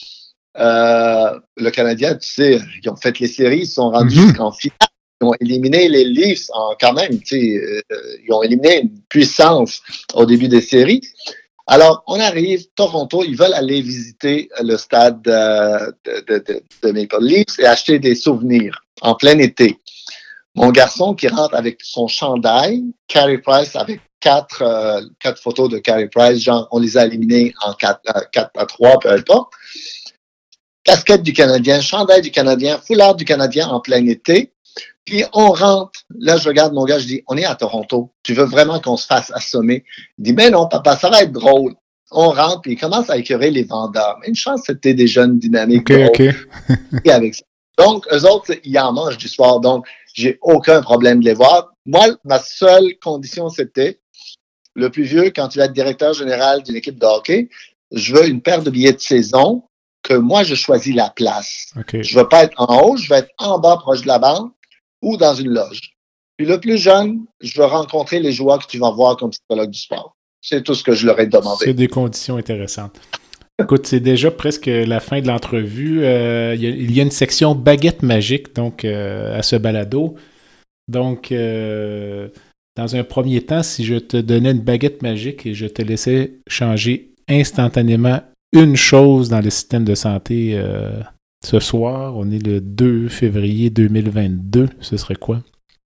Le Canadien, tu sais, ils ont fait les séries, ils sont rendus jusqu'en finale. Ils ont éliminé les Leafs quand même. Tu sais, ils ont éliminé une puissance au début des séries. Alors, on arrive, Toronto, ils veulent aller visiter le stade de Maple Leafs et acheter des souvenirs en plein été. Mon garçon qui rentre avec son chandail, Carey Price, avec quatre photos de Carey Price, genre, on les a éliminés en 4-3, peu importe. Casquette du Canadien, chandail du Canadien, foulard du Canadien en plein été. Puis on rentre, là je regarde mon gars, je dis, on est à Toronto, tu veux vraiment qu'on se fasse assommer? Il dit, ben non papa, ça va être drôle. On rentre, puis il commence à écœurer les vendeurs. Mais une chance, c'était des jeunes dynamiques. Okay. Et avec ça. Donc, eux autres, ils en mangent du soir, donc j'ai aucun problème de les voir. Moi, ma seule condition, c'était, le plus vieux, quand tu vas être directeur général d'une équipe de hockey, je veux une paire de billets de saison que moi, je choisis la place. Okay. Je veux pas être en haut, je veux être en bas, proche de la bande, ou dans une loge. Puis le plus jeune, je veux rencontrer les joueurs que tu vas voir comme psychologue du sport. C'est tout ce que je leur ai demandé. C'est des conditions intéressantes. Écoute, c'est déjà presque la fin de l'entrevue. Il y a une section baguette magique donc à ce balado. Donc, dans un premier temps, si je te donnais une baguette magique et je te laissais changer instantanément une chose dans le système de santé ce soir, on est le 2 février 2022, ce serait quoi?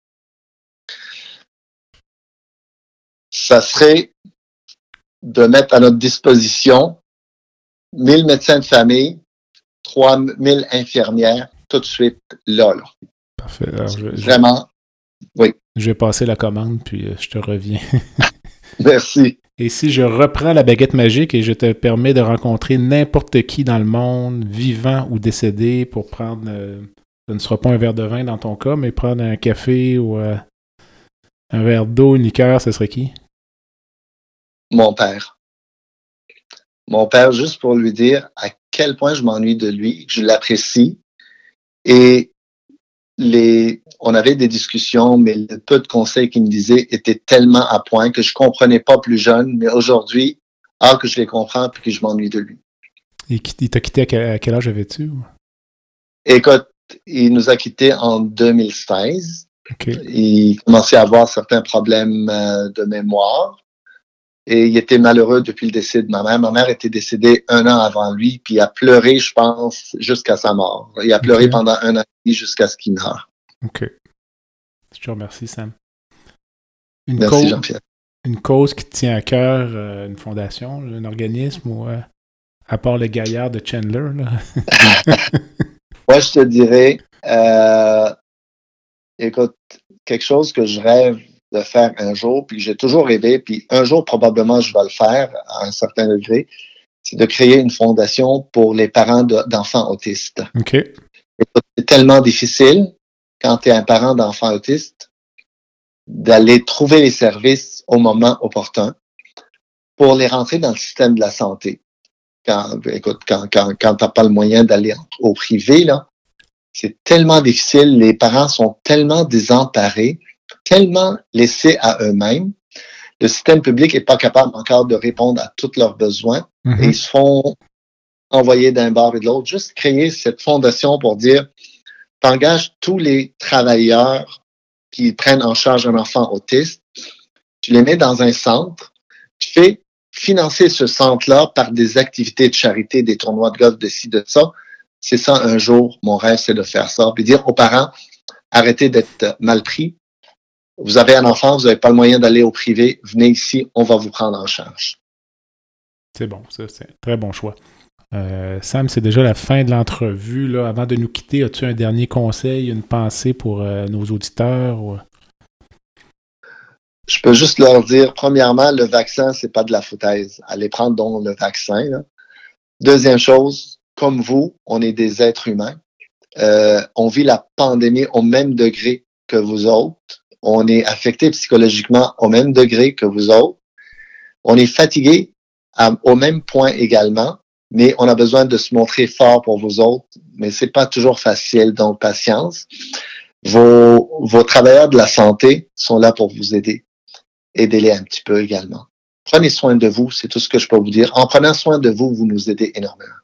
Ça serait de mettre à notre disposition 1000 médecins de famille, 3000 infirmières, tout de suite, là. Parfait. Alors, vraiment, oui. Je vais passer la commande, puis je te reviens. Merci. Et si je reprends la baguette magique et je te permets de rencontrer n'importe qui dans le monde, vivant ou décédé, pour prendre, ce ne sera pas un verre de vin dans ton cas, mais prendre un café ou un verre d'eau, une liqueur, ce serait qui? Mon père. Mon père, juste pour lui dire à quel point je m'ennuie de lui, que je l'apprécie. Et on avait des discussions, mais le peu de conseils qu'il me disait étaient tellement à point que je comprenais pas plus jeune. Mais aujourd'hui, que je les comprends puis que je m'ennuie de lui. Et il t'a quitté à quel âge avais-tu? Écoute, il nous a quittés en 2016. Okay. Il commençait à avoir certains problèmes de mémoire. Et il était malheureux depuis le décès de ma mère. Ma mère était décédée 1 an avant lui, puis il a pleuré, je pense, jusqu'à sa mort. Il a pleuré pendant 1 an et demi jusqu'à ce qu'il meure. OK. Je te remercie, Sam. Merci, Jean-Pierre. Une cause qui te tient à cœur, une fondation, un organisme, ou à part le gaillard de Chandler? Moi, je te dirais, écoute, quelque chose que je rêve de faire un jour, puis j'ai toujours rêvé, puis un jour, probablement, je vais le faire à un certain degré, c'est de créer une fondation pour les parents d'enfants autistes. OK. C'est tellement difficile, quand tu es un parent d'enfants autistes, d'aller trouver les services au moment opportun pour les rentrer dans le système de la santé. Quand t'as pas le moyen d'aller au privé, là, c'est tellement difficile, les parents sont tellement désemparés, tellement laissés à eux-mêmes. Le système public n'est pas capable encore de répondre à tous leurs besoins et ils se font envoyer d'un bord et de l'autre. Juste créer cette fondation pour dire, t'engages tous les travailleurs qui prennent en charge un enfant autiste, tu les mets dans un centre, tu fais financer ce centre-là par des activités de charité, des tournois de golf, de ci, de ça. C'est ça, un jour, mon rêve, c'est de faire ça. Puis dire aux parents, arrêtez d'être mal pris. Vous avez un enfant, vous n'avez pas le moyen d'aller au privé, venez ici, on va vous prendre en charge. C'est bon, ça, c'est un très bon choix. Sam, c'est déjà la fin de l'entrevue. Là. Avant de nous quitter, as-tu un dernier conseil, une pensée pour nos auditeurs? Ou... Je peux juste leur dire, premièrement, le vaccin, c'est pas de la foutaise. Allez prendre donc le vaccin. Là. Deuxième chose, comme vous, on est des êtres humains. On vit la pandémie au même degré que vous autres. On est affecté psychologiquement au même degré que vous autres. On est fatigué au même point également, mais on a besoin de se montrer fort pour vous autres. Mais c'est pas toujours facile, donc patience. Vos travailleurs de la santé sont là pour vous aider. Aidez-les un petit peu également. Prenez soin de vous, c'est tout ce que je peux vous dire. En prenant soin de vous, vous nous aidez énormément.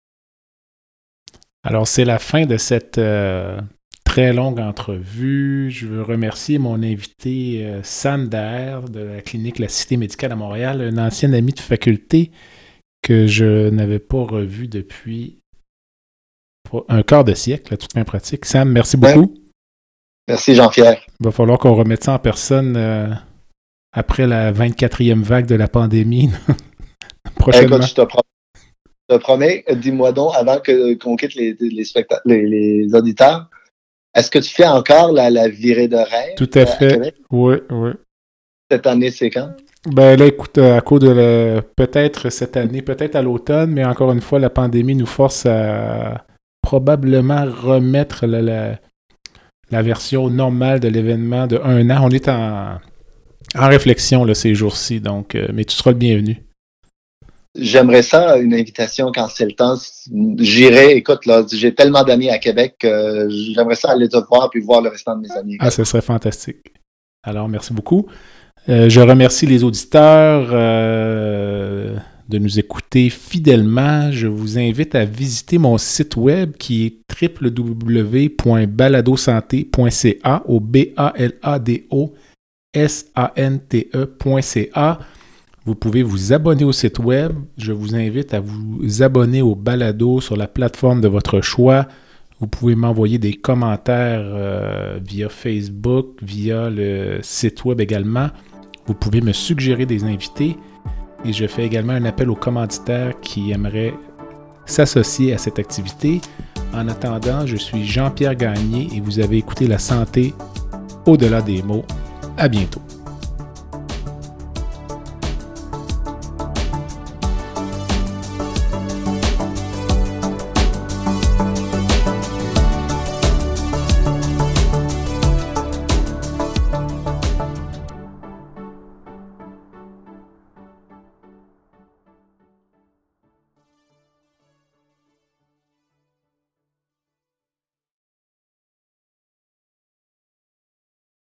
Alors, c'est la fin de cette très longue entrevue. Je veux remercier mon invité Sam Daher de la clinique La Cité médicale à Montréal, un ancien ami de faculté que je n'avais pas revu depuis un quart de siècle, à toute fin pratique. Sam, merci beaucoup. Merci Jean-Pierre. Il va falloir qu'on remette ça en personne après la 24e vague de la pandémie. Prochainement. Écoute, je te promets, dis-moi donc, avant qu'on quitte les auditeurs, est-ce que tu fais encore la virée de rêve? Tout à fait. Oui. Cette année, c'est quand? Ben là, écoute, à cause de peut-être cette année, peut-être à l'automne, mais encore une fois, la pandémie nous force à probablement remettre la version normale de l'événement de 1 an. On est en réflexion là, ces jours-ci, donc, mais tu seras le bienvenu. J'aimerais ça, une invitation quand c'est le temps. J'irai, écoute, là, j'ai tellement d'amis à Québec que j'aimerais ça aller te voir puis voir le restant de mes amis. Ah, ce serait fantastique. Alors, merci beaucoup. Je remercie les auditeurs de nous écouter fidèlement. Je vous invite à visiter mon site web qui est www.baladosanté.ca au BALADOSANTE.ca. Vous pouvez vous abonner au site web. Je vous invite à vous abonner au balado sur la plateforme de votre choix. Vous pouvez m'envoyer des commentaires via Facebook, via le site web également. Vous pouvez me suggérer des invités. Et je fais également un appel aux commanditaires qui aimeraient s'associer à cette activité. En attendant, je suis Jean-Pierre Gagné et vous avez écouté La santé au-delà des mots. À bientôt.